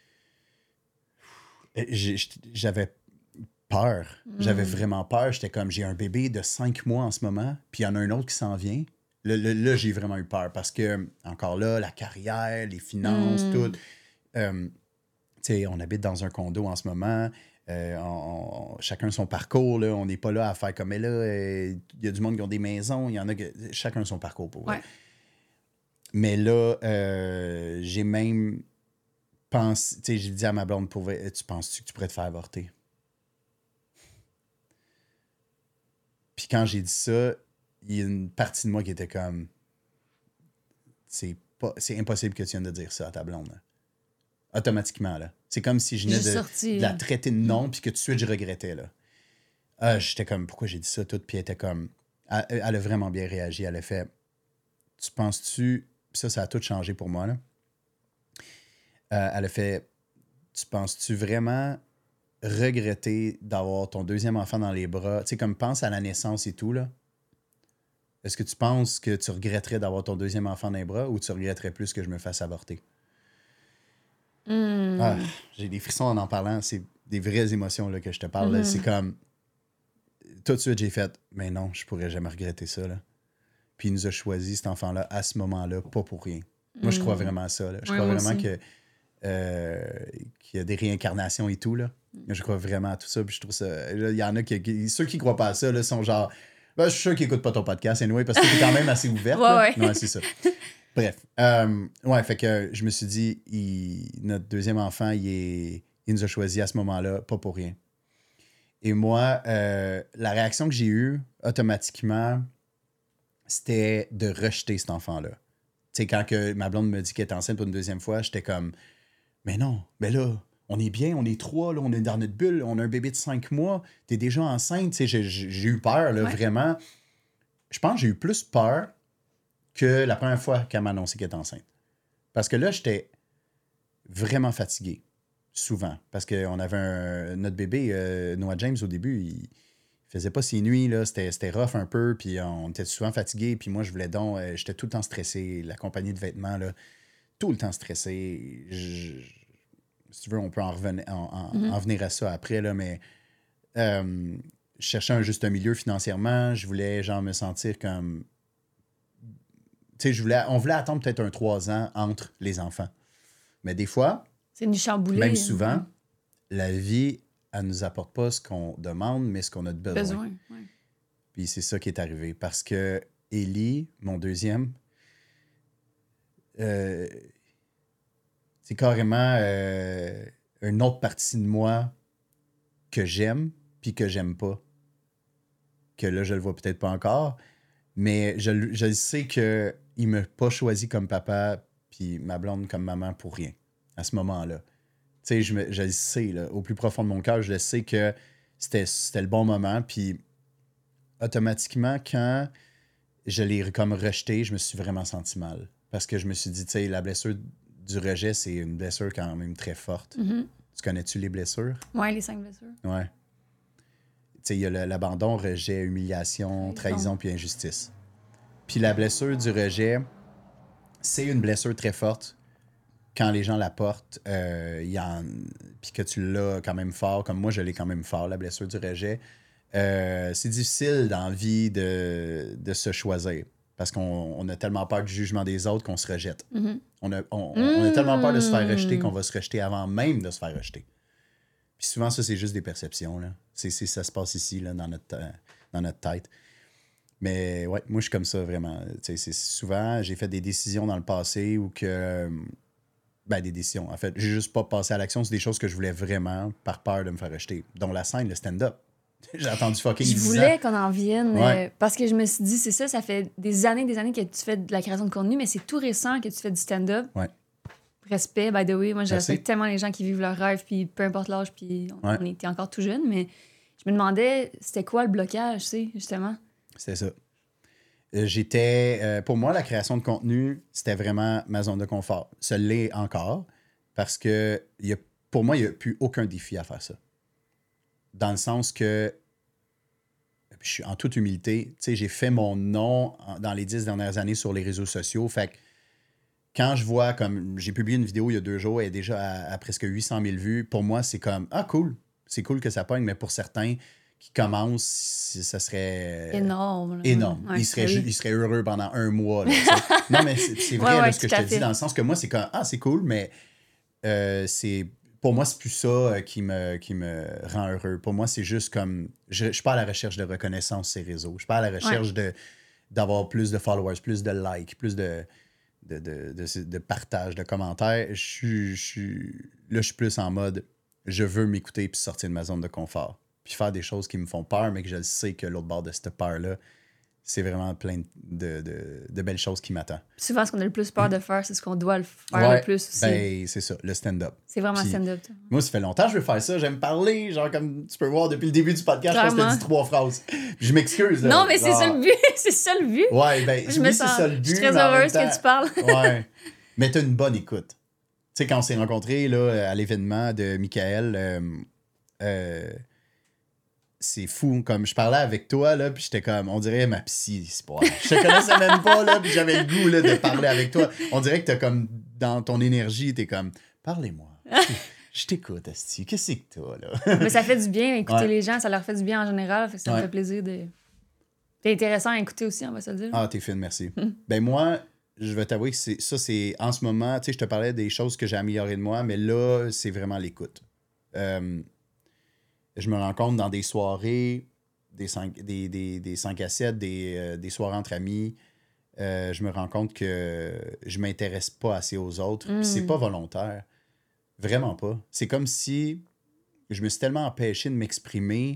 j'ai- J'avais peur. J'avais vraiment peur. J'étais comme, j'ai un bébé de cinq mois en ce moment, puis il y en a un autre qui s'en vient. Là, là, là, j'ai vraiment eu peur parce que, encore là, la carrière, les finances, Mm. tout. Euh, tu sais, on habite dans un condo en ce moment. Euh, on- on- chacun son parcours. Là. On n'est pas là à faire comme, mais là, il y a du monde qui ont des maisons. Il y en a que. Chacun son parcours pour vrai. Ouais. Mais là, euh, j'ai même pensé. Tu sais, j'ai dit à ma blonde, pour vrai, tu penses-tu que tu pourrais te faire avorter? Puis quand j'ai dit ça, il y a une partie de moi qui était comme c'est pas c'est impossible que tu viennes de dire ça à ta blonde. Là. Automatiquement là. C'est comme si je venais Juste de, sorti. de la traiter de non puis que tout de suite je regrettais là. Ah, j'étais comme pourquoi j'ai dit ça tout puis elle était comme elle, elle a vraiment bien réagi, elle a fait tu penses-tu puis ça ça a tout changé pour moi là. Euh, elle a fait tu penses-tu vraiment regretter d'avoir ton deuxième enfant dans les bras, tu sais comme pense à la naissance et tout là. Est-ce que tu penses que tu regretterais d'avoir ton deuxième enfant dans les bras ou tu regretterais plus que je me fasse avorter? Mm. Ah, j'ai des frissons en en parlant. C'est des vraies émotions là, que je te parle. Là. Mm-hmm. C'est comme... Tout de suite, j'ai fait « Mais non, je pourrais jamais regretter ça. » Là. Puis il nous a choisi, cet enfant-là, à ce moment-là, pas pour rien. Moi, je crois vraiment à ça. Là. Je Ouais, crois moi vraiment aussi. que, euh, qu'il y a des réincarnations et tout. Là. Je crois vraiment à tout ça. Puis je trouve ça... Il y en a qui... qui- Ceux qui croient pas à ça là, sont genre... Ben, je suis sûr qu'ils n'écoutent pas ton podcast, anyway, parce que t'es quand même assez ouverte. Ouais, là. ouais. Ouais, c'est ça. Bref. Euh, ouais, fait que je me suis dit, il- notre deuxième enfant, il, est, il nous a choisi à ce moment-là, pas pour rien. Et moi, euh, la réaction que j'ai eue, automatiquement, c'était de rejeter cet enfant-là. Tu sais, quand que ma blonde me dit qu'elle est enceinte pour une deuxième fois, j'étais comme, mais non, mais là, on est bien, on est trois, là, on est dans notre bulle, on a un bébé de cinq mois, t'es déjà enceinte, tu sais, j'ai, j'ai eu peur, là, Ouais. vraiment. Je pense que j'ai eu plus peur que la première fois qu'elle m'a annoncé qu'elle était enceinte. Parce que là, j'étais vraiment fatigué, souvent. Parce qu'on avait un, notre bébé, euh, Noah James, au début, il faisait pas ses nuits, là, c'était, c'était rough un peu, puis on était souvent fatigué, puis moi, je voulais donc, euh, j'étais tout le temps stressé, la compagnie de vêtements, là, tout le temps stressé. Je, je, si tu veux, on peut en, revenir, en, en, Mm-hmm. en venir à ça après, là, mais euh, je cherchais un juste milieu financièrement, je voulais, genre, me sentir comme... Tu sais, je voulais, on voulait attendre peut-être un trois ans entre les enfants. Mais des fois, C'est une chamboulée. même souvent, Ouais. la vie, elle nous apporte pas ce qu'on demande, mais ce qu'on a de besoin. Besoin. Ouais. Puis c'est ça qui est arrivé. Parce que Ellie, mon deuxième, euh, c'est carrément euh, une autre partie de moi que j'aime, puis que j'aime pas. Que là, je le vois peut-être pas encore, mais je, je sais qu'il ne m'a pas choisi comme papa, puis ma blonde comme maman pour rien, à ce moment-là. Tu sais, je, me- je le sais, là, au plus profond de mon cœur, je le sais que c'était, c'était le bon moment, puis automatiquement, quand je l'ai comme rejeté, je me suis vraiment senti mal. Parce que je me suis dit, tu sais, la blessure du rejet, c'est une blessure quand même très forte. Mm-hmm. Tu connais-tu les blessures? Ouais, les cinq blessures. Ouais. Tu sais, il y a le- l'abandon, rejet, humiliation, Trahison. trahison, puis injustice. Puis la blessure du rejet, c'est une blessure très forte. Quand les gens la portent, euh, il y en... puis que tu l'as quand même fort, comme moi, je l'ai quand même fort, la blessure du rejet. Euh, c'est difficile dans la vie de, de se choisir parce qu'on on a tellement peur du jugement des autres qu'on se rejette. Mm-hmm. On a, on, on a tellement peur de se faire rejeter Mm. qu'on va se rejeter avant même de se faire rejeter. Puis souvent, ça, c'est juste des perceptions. Là. C'est, c'est, ça se passe ici, là, dans, notre, euh, dans notre tête. Mais ouais, moi, je suis comme ça, vraiment. Tu sais, c'est souvent, j'ai fait des décisions dans le passé où que... euh, Ben, des décisions, en fait. J'ai juste pas passé à l'action. C'est des choses que je voulais vraiment par peur de me faire rejeter. Dont la scène, le stand-up. J'ai attendu fucking Je dix voulais ans. qu'on en vienne Ouais. euh, parce que je me suis dit, c'est ça, ça fait des années, des années que tu fais de la création de contenu, mais c'est tout récent que tu fais du stand-up. Ouais. Respect, by the way. Moi, je Merci. respecte tellement les gens qui vivent leur rêve, puis peu importe l'âge, puis on, Ouais. on était encore tout jeune, mais je me demandais, c'était quoi le blocage, tu sais, justement? C'était ça. Euh, J'étais... euh, pour moi, la création de contenu, c'était vraiment ma zone de confort. Ça l'est encore parce que il y a, pour moi, il n'y a plus aucun défi à faire ça. Dans le sens que je suis en toute humilité, tu sais, j'ai fait mon nom en- dans les dix dernières années sur les réseaux sociaux. Fait que quand je vois, comme j'ai publié une vidéo il y a deux jours, elle est déjà à, à presque huit cent mille vues, pour moi, c'est comme, ah, cool, c'est cool que ça pogne, mais pour certains qui commencent, c- ça serait Énorme. là. énorme. Ouais, ils, seraient, oui. ju- ils seraient heureux pendant un mois. Là, tu sais. Non, mais c'est c'est vrai Ouais, là, ouais, ce que tout je à te dis, fait. dans le sens que moi, c'est comme, ah, c'est cool, mais euh, c'est pour moi, c'est plus ça euh, qui me, qui me rend heureux. Pour moi, c'est juste comme, je ne suis pas à la recherche de reconnaissance sur ces réseaux. Je suis pas à la recherche de d'avoir plus de followers, plus de likes, plus de, de, de, de, de partage, de commentaires. Je suis, je suis, là, je suis plus en mode, je veux m'écouter puis sortir de ma zone de confort. Puis faire des choses qui me font peur, mais que je sais que l'autre bord de cette peur-là, c'est vraiment plein de, de, de belles choses qui m'attendent. Souvent, ce qu'on a le plus peur de faire, c'est ce qu'on doit le faire Ouais, le plus aussi. ben, c'est ça, le stand-up. c'est vraiment puis- stand-up. toi. Moi, ça fait longtemps que je veux faire ça. J'aime parler. Genre, comme tu peux voir depuis le début du podcast, je pense que Clairement. t'as dit trois phrases. Puis je m'excuse. là. Non, mais c'est Genre, ça le but. c'est ça le but. Ouais, ben, Je oui, me c'est sens. ça le but. Je suis très mais en même heureuse temps- que tu parles. Ouais. Mais t'as une bonne écoute. Tu sais, quand on s'est rencontrés là, à l'événement de Michael, euh, euh, c'est fou. Comme je parlais avec toi, là, puis j'étais comme, on dirait ma psy. C'est pas... Je te connaissais même pas, là, puis j'avais le goût là, de parler avec toi. On dirait que t'as comme, dans ton énergie, t'es comme, parlez-moi. Je t'écoute, Asti. Qu'est-ce que t'as, là? Mais ça fait du bien, écouter Ouais. les gens, ça leur fait du bien en général. Fait que ça Ouais. me fait plaisir de. C'est intéressant à écouter aussi, on va se le dire. Ah, t'es fine, merci. Ben moi, je vais t'avouer que c'est, ça, c'est en ce moment, tu sais, je te parlais des choses que j'ai améliorées de moi, mais là, c'est vraiment l'écoute. Euh, je me rends compte dans des soirées, des cinq, des, des, des cinq à sept, des, euh, des soirées entre amis, euh, je me rends compte que je m'intéresse pas assez aux autres. Puis c'est pas volontaire. Vraiment pas. C'est comme si je me suis tellement empêché de m'exprimer.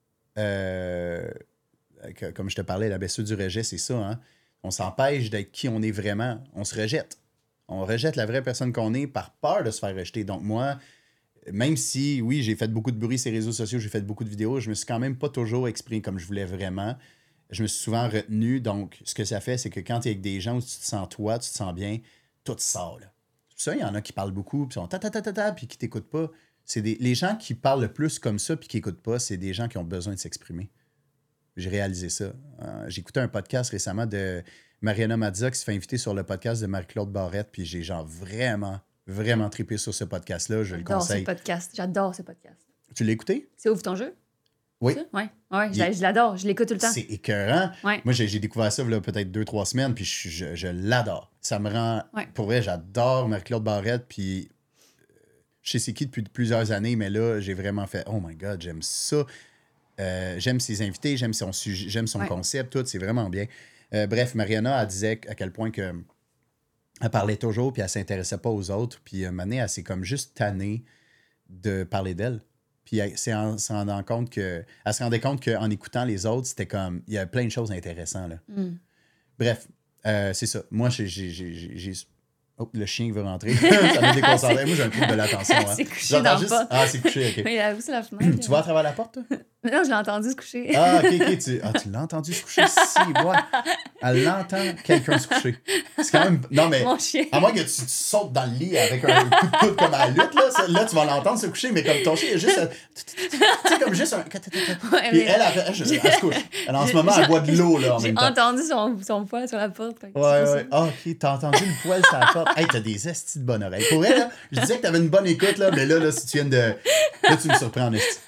Euh, que- comme je te parlais, la blessure du rejet, c'est ça. Hein? On s'empêche d'être qui on est vraiment. On se rejette. On rejette la vraie personne qu'on est par peur de se faire rejeter. Donc moi, même si, oui, j'ai fait beaucoup de bruit sur les réseaux sociaux, j'ai fait beaucoup de vidéos, je me suis quand même pas toujours exprimé comme je voulais vraiment. Je me suis souvent retenu. Donc, ce que ça fait, c'est que quand tu es avec des gens où tu te sens toi, tu te sens bien, tout sort. Là. C'est pour ça, il y en a qui parlent beaucoup, puis sont ta ta ta ta ta, puis qui t'écoutent pas. C'est des... Les gens qui parlent le plus comme ça, puis qui écoutent pas, c'est des gens qui ont besoin de s'exprimer. J'ai réalisé ça. Euh, j'ai écouté un podcast récemment de Mariana Mazza qui se fait inviter sur le podcast de Marie-Claude Barrette, puis j'ai genre vraiment, vraiment trippé sur ce podcast-là. Je le J'adore ce conseille. podcast. J'adore ce podcast. Tu l'as écouté? C'est Ouvre ton jeu? Oui. Ça? Ouais. Ouais, je Il- l'a- je l'adore. Je l'écoute tout le temps. C'est écœurant. Ouais. Moi, j'ai, j'ai découvert ça il y a peut-être deux, trois semaines, puis je, je, je l'adore. Ça me rend... Ouais. Pour vrai, j'adore Marie-Claude Barrette, puis euh, je sais c'est qui depuis plusieurs années, mais là, j'ai vraiment fait « Oh my God, j'aime ça! Euh, j'aime ses invités, j'aime son sujet, j'aime son Ouais. concept, tout, c'est vraiment bien. Euh, bref, Mariana, elle disait à quel point que elle parlait toujours, puis elle s'intéressait pas aux autres, puis un moment donné, elle s'est comme juste tannée de parler d'elle. Puis elle s'est en- s'en rendant compte que... Elle se rendait compte qu'en écoutant les autres, c'était comme... Il y avait plein de choses intéressantes, là. Mm. Bref, euh, c'est ça. Moi, j'ai... j'ai, j'ai, j'ai- j'ai- Oh, le chien qui veut rentrer. Ça m'a déconcentré. Moi, j'ai un trouble de l'attention. Hein. C'est couché J'entends dans le juste... pas. Ah, c'est couché, OK. Mais il a aussi la fenêtre. Tu vas à travers la porte, toi? Non, je l'ai entendu se coucher. Ah, OK, OK. Tu, ah, tu l'as entendu se coucher? Si, ouais. Elle l'entend, quelqu'un se coucher. C'est quand même... Non, mais... Mon chien. À moins que tu, tu sautes dans le lit avec un coup de coude comme à la lutte, là, ça, là tu vas l'entendre se coucher, mais comme ton chien, il y a juste... un- Tu sais, comme juste un... Ouais, Puis mais elle, elle, elle, elle, elle se couche. Elle, en ce moment, elle boit de l'eau, là, en J'ai même temps. entendu son, son poids sur la porte. fait que Ouais, c'est pour ouais. ça. Ah, OK, t'as entendu le poil sur la porte. Hey, t'as des estis de bonne oreille. Pour elle, là, je disais que t'avais une bonne écoute, là, mais là, là, si tu viens de... Là, tu me surprends en esti.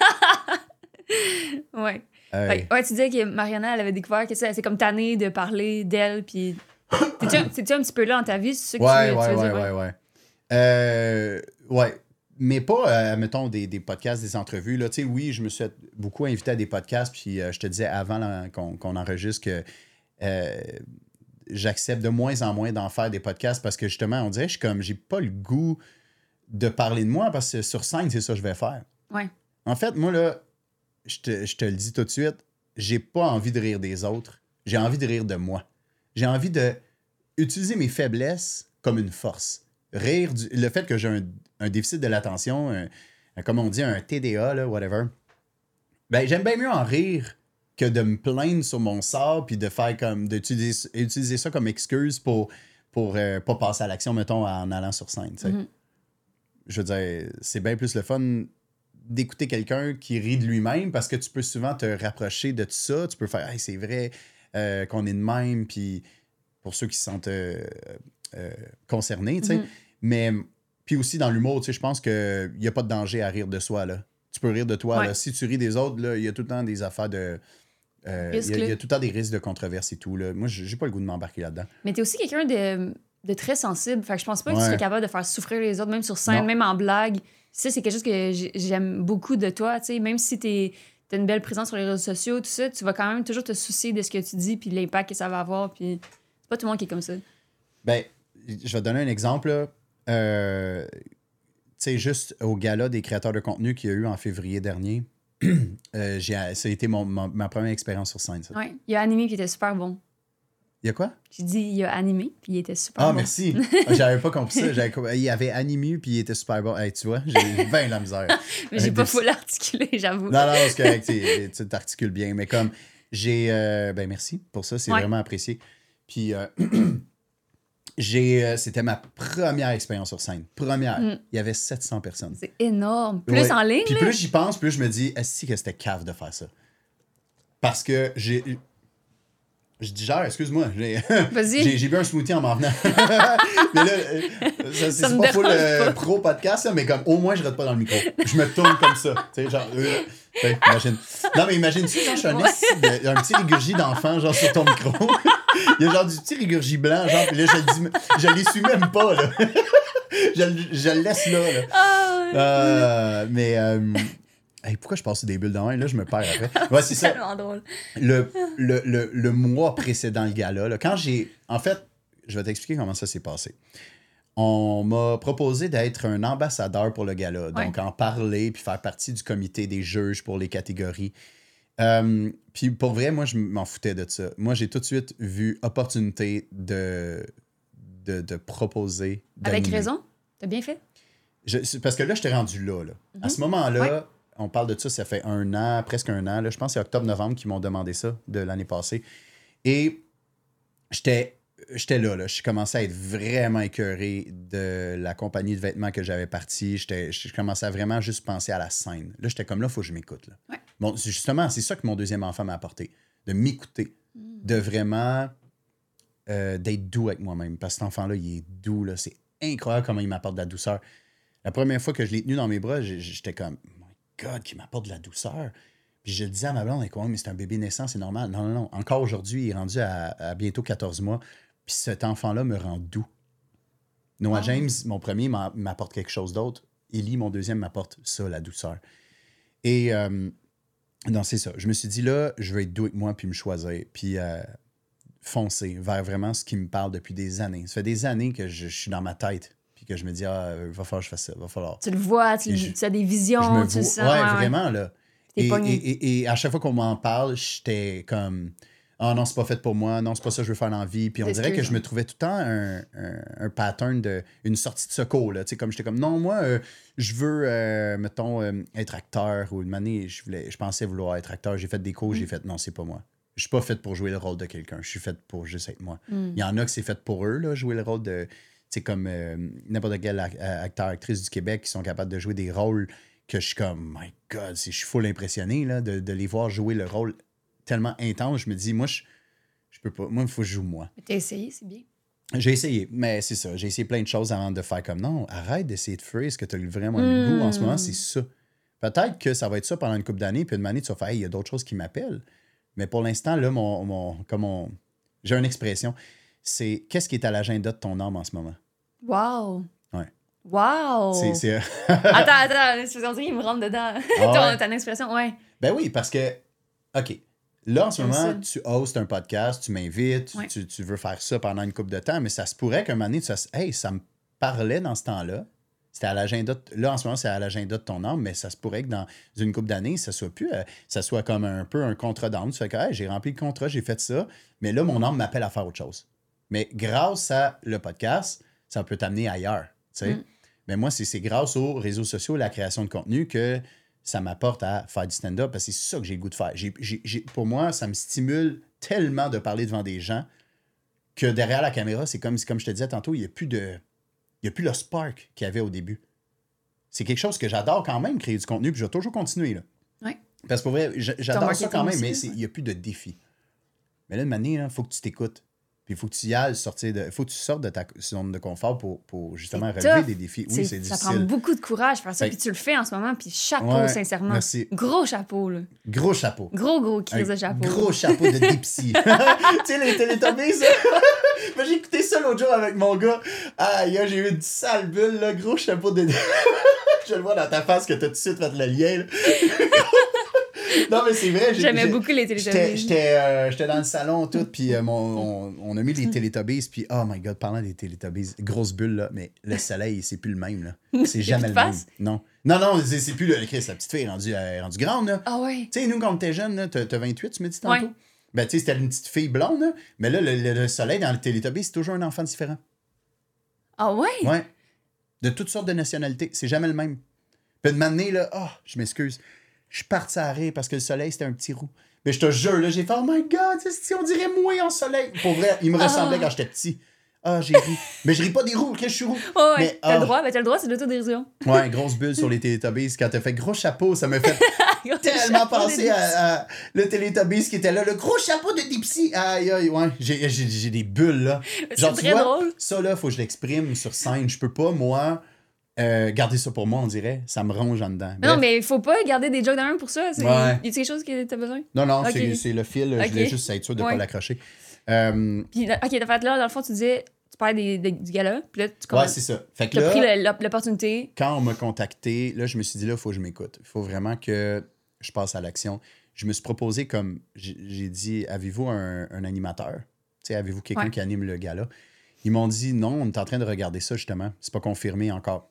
Ouais. Hey. Fait que, ouais, tu disais que Mariana, elle avait découvert que ça, c'est comme tannée de parler d'elle, puis... T'es-tu un, t'es-tu un petit peu là dans ta vie? C'est ça que Ouais, tu veux, ouais, tu veux ouais, dire, ouais, ouais. Euh, ouais. Mais pas, euh, mettons, des, des podcasts, des entrevues. Là. Tu sais, oui, je me suis beaucoup invité à des podcasts, puis euh, je te disais avant là, qu'on, qu'on enregistre que euh, j'accepte de moins en moins d'en faire des podcasts parce que justement, on dirait que je suis comme, j'ai pas le goût de parler de moi parce que sur scène, c'est ça que je vais faire. Ouais. En fait, moi, là, je te, je te le dis tout de suite, j'ai pas envie de rire des autres. J'ai envie de rire de moi. J'ai envie de utiliser mes faiblesses comme une force. Rire du, le fait que j'ai un, un déficit de l'attention, un, un, comme on dit, un T D A, là, whatever. Ben, j'aime bien mieux en rire que de me plaindre sur mon sort puis de faire comme d'utiliser utiliser ça comme excuse pour, pour euh, pas passer à l'action, mettons, en allant sur scène. Mm-hmm. Je veux dire, c'est bien plus le fun d'écouter quelqu'un qui rit de lui-même parce que tu peux souvent te rapprocher de tout ça. Tu peux faire hey, c'est vrai euh, qu'on est de même, puis pour ceux qui se sentent euh, euh, concernés, tu sais. Mm-hmm. Mais puis aussi dans l'humour, tu sais, je pense qu'il n'y a pas de danger à rire de soi, là. Tu peux rire de toi. Ouais. Là. Si tu ris des autres, il y a tout le temps des affaires de... Il euh, y, y a tout le temps des risques de controverse et tout. Là. Moi, j'ai pas le goût de m'embarquer là-dedans. Mais t'es aussi quelqu'un de, de très sensible. Fait que je pense pas ouais. que tu serais capable de faire souffrir les autres, même sur scène, non. même en blague. Ça, c'est quelque chose que j'aime beaucoup de toi. T'sais. Même si t'es, t'as une belle présence sur les réseaux sociaux, tout ça, tu vas quand même toujours te soucier de ce que tu dis puis l'impact que ça va avoir. Puis c'est pas tout le monde qui est comme ça. Ben, je vais te donner un exemple. Là. Euh... Tu sais, juste au gala des créateurs de contenu qu'il y a eu en février dernier, euh, j'ai, ça a été mon, ma, ma première expérience sur scène. Oui, il a animé puis il était super bon. Il y a quoi? J'ai dit il a animé puis il était super ah, bon. Ah, merci. J'avais pas compris ça. J'avais, il avait animé puis il était super bon. Hey, tu vois, j'ai bien la misère. Mais j'ai euh, pas des... full articulé, j'avoue. Non, non, c'est correct. Tu t'articules bien. Mais comme j'ai... Euh, ben merci pour ça. C'est ouais. vraiment apprécié. Puis... Euh, J'ai, euh, c'était ma première expérience sur scène. Première. Mm. Il y avait sept cents personnes. C'est énorme. Plus ouais. en ligne. Puis là? plus j'y pense, plus je me dis, est-ce que c'était cave de faire ça? Parce que j'ai... Je digère, excuse-moi. J'ai, j'ai, j'ai bu un smoothie en m'en venant. Mais là, ça, c'est, ça c'est pas full euh, pro podcast, là, mais comme au moins je rate pas dans le micro. Je me tourne comme ça. Tu sais, genre. Euh, imagine. Non, mais imagine-tu, genre, je suis un, ouais. de, un petit rigurgie d'enfant, genre, sur ton micro. Il y a genre du petit rigurgie blanc, genre, puis là, je le dis, je l'essuie même pas, là. je, je le laisse là, là. Oh, euh, mais. Euh, Hey, pourquoi je passe sur des bulles dans un? Là, je me perds après. Ouais, c'est, c'est tellement drôle. Le, le, le, le mois précédent le gala, là, quand j'ai... En fait, je vais t'expliquer comment ça s'est passé. On m'a proposé d'être un ambassadeur pour le gala. Ouais. Donc, en parler puis faire partie du comité des juges pour les catégories. Euh, puis pour vrai, moi, je m'en foutais de ça. Moi, j'ai tout de suite vu opportunité de, de, de proposer. D'animer. Avec raison? T'as bien fait? Je, parce que là, je t'ai rendu là. là. Mm-hmm. À ce moment-là... Ouais. On parle de ça, ça fait un an, presque un an. Là. Je pense que c'est octobre-novembre qu'ils m'ont demandé ça de l'année passée. Et j'étais, j'étais là, là. Je commençais à être vraiment écœuré de la compagnie de vêtements que j'avais partie. J'étais, je commençais à vraiment juste penser à la scène. Là, j'étais comme là, il faut que je m'écoute. Là. Ouais. Bon, justement, c'est ça que mon deuxième enfant m'a apporté. De m'écouter. Mm. De vraiment euh, d'être doux avec moi-même. Parce que cet enfant-là, il est doux. Là. C'est incroyable comment il m'apporte de la douceur. La première fois que je l'ai tenu dans mes bras, j'étais comme... God, qui m'apporte de la douceur. Puis je le disais à ma blonde, mais c'est un bébé naissant, c'est normal. Non, non, non. Encore aujourd'hui, il est rendu à, à bientôt quatorze mois. Puis cet enfant-là me rend doux. Noah oh. James, mon premier, m'apporte quelque chose d'autre. Ellie, mon deuxième, m'apporte ça, la douceur. Et euh, non, c'est ça. Je me suis dit, là, je vais être doux avec moi puis me choisir. Puis euh, foncer vers vraiment ce qui me parle depuis des années. Ça fait des années que je, je suis dans ma tête. Que je me dis, ah, il va falloir que je fasse ça, va falloir. Tu le vois, tu, je, tu as des visions, tu le sens. Ouais, ouais, vraiment, là. Et, et, et, et à chaque fois qu'on m'en parle, j'étais comme, ah oh, non, c'est pas fait pour moi, non, c'est pas ça que je veux faire dans la vie. Puis on dirait que je me trouvais tout le temps un, un, un pattern de, une sortie de secours, là. Tu sais, comme j'étais comme, non, moi, euh, je veux, euh, mettons, euh, être acteur. Ou une année, je, voulais, je pensais vouloir être acteur. J'ai fait des cours, mm. j'ai fait, non, c'est pas moi. Je suis pas faite pour jouer le rôle de quelqu'un. Je suis faite pour juste être moi. Mm. Il y en a que c'est fait pour eux, là, jouer le rôle de. C'est comme euh, n'importe quel acteur, actrice du Québec qui sont capables de jouer des rôles que je suis comme, my God, je suis full impressionné là, de, de les voir jouer le rôle tellement intense. Je me dis, moi, je, je peux pas. Moi, il faut que je joue moi. Mais t'as essayé, c'est bien. J'ai essayé, mais c'est ça. J'ai essayé plein de choses avant de faire comme, non, arrête d'essayer de faire ce que tu as vraiment mm. le goût en ce moment, c'est ça. Peut-être que ça va être ça pendant une couple d'années, puis une année, tu vas faire, hey, il y a d'autres choses qui m'appellent. Mais pour l'instant, là, mon, mon, comme on, j'ai une expression, c'est qu'est-ce qui est à l'agenda de ton âme en ce moment? Wow! Ouais. Wow! C'est, c'est... attends, attends, c'est comme ça qu'il me rentre dedans. Ah ouais? Ton, ton expression, ouais. Ben oui, parce que, OK, là, en ce moment, ça. Tu hostes un podcast, tu m'invites, ouais. tu, tu veux faire ça pendant une couple de temps, mais ça se pourrait qu'un moment donné, tu fasses, hey, ça me parlait dans ce temps-là, C'était à l'agenda. Là, en ce moment, c'est à l'agenda de ton âme, mais ça se pourrait que dans une couple d'années, ça soit plus, euh, ça soit comme un peu un contrat d'âme. Tu fais que hey, j'ai rempli le contrat, j'ai fait ça, mais là, mon âme m'appelle à faire autre chose. Mais grâce à le podcast, ça peut t'amener ailleurs. Tu sais. Mm. Mais moi, c'est, c'est grâce aux réseaux sociaux et la création de contenu que ça m'apporte à faire du stand-up parce que c'est ça que j'ai le goût de faire. J'ai, j'ai, j'ai, pour moi, ça me stimule tellement de parler devant des gens que derrière la caméra, c'est comme, comme je te disais tantôt, il n'y a plus de. Il n'y a plus le spark qu'il y avait au début. C'est quelque chose que j'adore quand même, créer du contenu, puis je vais toujours continuer. Là. Oui. Parce que pour vrai, j'adore ça quand même, mais il n'y a plus de défi. Mais là, de manière, il faut que tu t'écoutes. Puis il faut que tu y ailles sortir de. Il faut que tu sortes de ta zone de confort pour, pour justement c'est relever tough. Des défis. Oui, c'est, c'est difficile. Ça prend beaucoup de courage faire ça, fait... puis tu le fais en ce moment, puis chapeau, ouais, sincèrement. Merci. Gros chapeau, là. Gros chapeau. Gros, gros crise de chapeau. Gros chapeau de Dipsy. Tu sais, les Teletubbies, ça. Mais j'ai écouté ça l'autre jour avec mon gars. Aïe, j'ai eu une sale bulle, là. Gros chapeau de. Je le vois dans ta face que t'as tout de suite fait le lien, là. Non, mais c'est vrai. J'ai, J'aimais j'ai, beaucoup les Teletubbies. J'étais, j'étais, euh, j'étais dans le salon, tout, puis euh, on, on a mis les Teletubbies, puis oh my God, parlant des Teletubbies, grosse bulle, là, mais le soleil, c'est plus le même, là. C'est jamais le même. Non. Non, non, c'est, c'est plus le Chris, la petite fille est rendue, est rendue grande, là. Ah ouais. Tu sais, nous, quand on était jeunes, là, t'as, t'as vingt-huit, tu me dis tantôt? Ouais. Ben, tu sais, c'était une petite fille blonde, là, mais là, le, le, le soleil dans le Teletubbies, c'est toujours un enfant différent. Ah ouais? Ouais. De toutes sortes de nationalités. C'est jamais le même. Puis de m'amener, là, oh, je m'excuse. Je suis parti à rire parce que le soleil, c'était un petit roux. Mais je te jure, là, j'ai fait « Oh my God, on dirait moi en soleil! » Pour vrai, il me ressemblait oh. quand j'étais petit. Ah, j'ai ri. Mais je ris pas des roux, que je suis roux. Oh, ouais, mais, t'as oh. le droit, mais t'as le droit, c'est de l'autodérision. Ouais, grosse bulle sur les Teletubbies. Quand t'as fait gros chapeau, ça me fait tellement penser à, à le Teletubbies qui était là. Le gros chapeau de Dipsy. Aïe, aïe, ouais. J'ai, j'ai, j'ai des bulles, là. C'est genre, très tu vois, drôle. Ça, là, faut que je l'exprime sur scène. Je peux pas, moi... Euh, garder ça pour moi, on dirait. Ça me ronge en dedans. Bref. Non, mais il faut pas garder des jokes dans même pour ça. C'est... Ouais. Y a quelque chose que t'as besoin? Non, non, okay. c'est, c'est le fil. Okay. Je voulais juste être sûr de ne ouais. pas l'accrocher. Euh... Puis, OK, t'as fait là, dans le fond, tu disais, tu parlais des, des, du gala. Puis là, tu ouais, c'est ça. Fait que t'as là, pris le, l'opportunité. Quand on m'a contacté, là, je me suis dit, là, il faut que je m'écoute. Il faut vraiment que je passe à l'action. Je me suis proposé comme, j'ai, j'ai dit, avez-vous un, un animateur? T'sais, avez-vous quelqu'un ouais. qui anime le gala? Ils m'ont dit, non, on est en train de regarder ça, justement. C'est pas confirmé encore.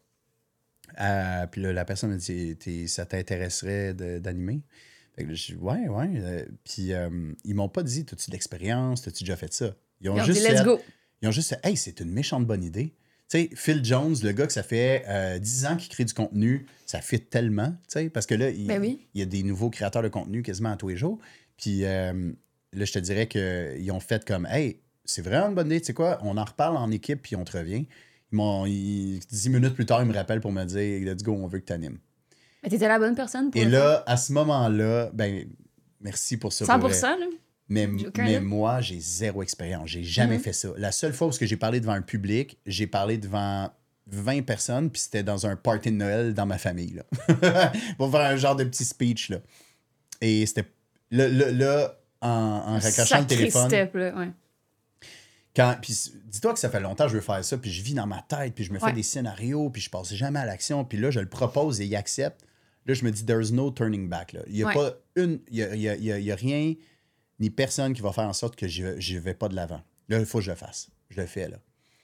Euh, puis là, la personne a dit t'es, ça t'intéresserait de, d'animer? Fait que là, je dis ouais, ouais. Euh, puis euh, ils m'ont pas dit t'as-tu de l'expérience, t'as-tu déjà fait ça? Ils ont, ils ont juste dit, let's fait, go. Ils ont juste fait hey, c'est une méchante bonne idée. Tu sais, Phil Jones, le gars que ça fait euh, dix ans qu'il crée du contenu, ça fit tellement, tu sais, parce que là, il, ben oui. il y a des nouveaux créateurs de contenu quasiment à tous les jours. Puis euh, là, je te dirais qu'ils ont fait comme hey, c'est vraiment une bonne idée, tu sais quoi, on en reparle en équipe puis on te revient. Mon, il, dix minutes plus tard, il me rappelle pour me dire « Let's go, on veut que tu animes. » Mais t'étais la bonne personne pour Et là, faire. À ce moment-là, ben merci pour ça. cent pour cent, là. Mais, mais moi, j'ai zéro expérience. J'ai jamais mm-hmm. fait ça. La seule fois où j'ai parlé devant un public, j'ai parlé devant vingt personnes, puis c'était dans un party de Noël dans ma famille, là. Pour faire un genre de petit speech, là. Et c'était... Là, là, là en, en raccrochant le téléphone... Step, là, ouais. Quand, puis dis-toi que ça fait longtemps que je veux faire ça, puis je vis dans ma tête, puis je me ouais. fais des scénarios, puis je passe jamais à l'action, puis là, je le propose et il accepte. Là, je me dis, there's no turning back. Là. Il n'y a ouais. pas une... Il y a, il y a, il y a, il y a rien ni personne qui va faire en sorte que je ne vais pas de l'avant. Là, il faut que je le fasse. Je le fais, là.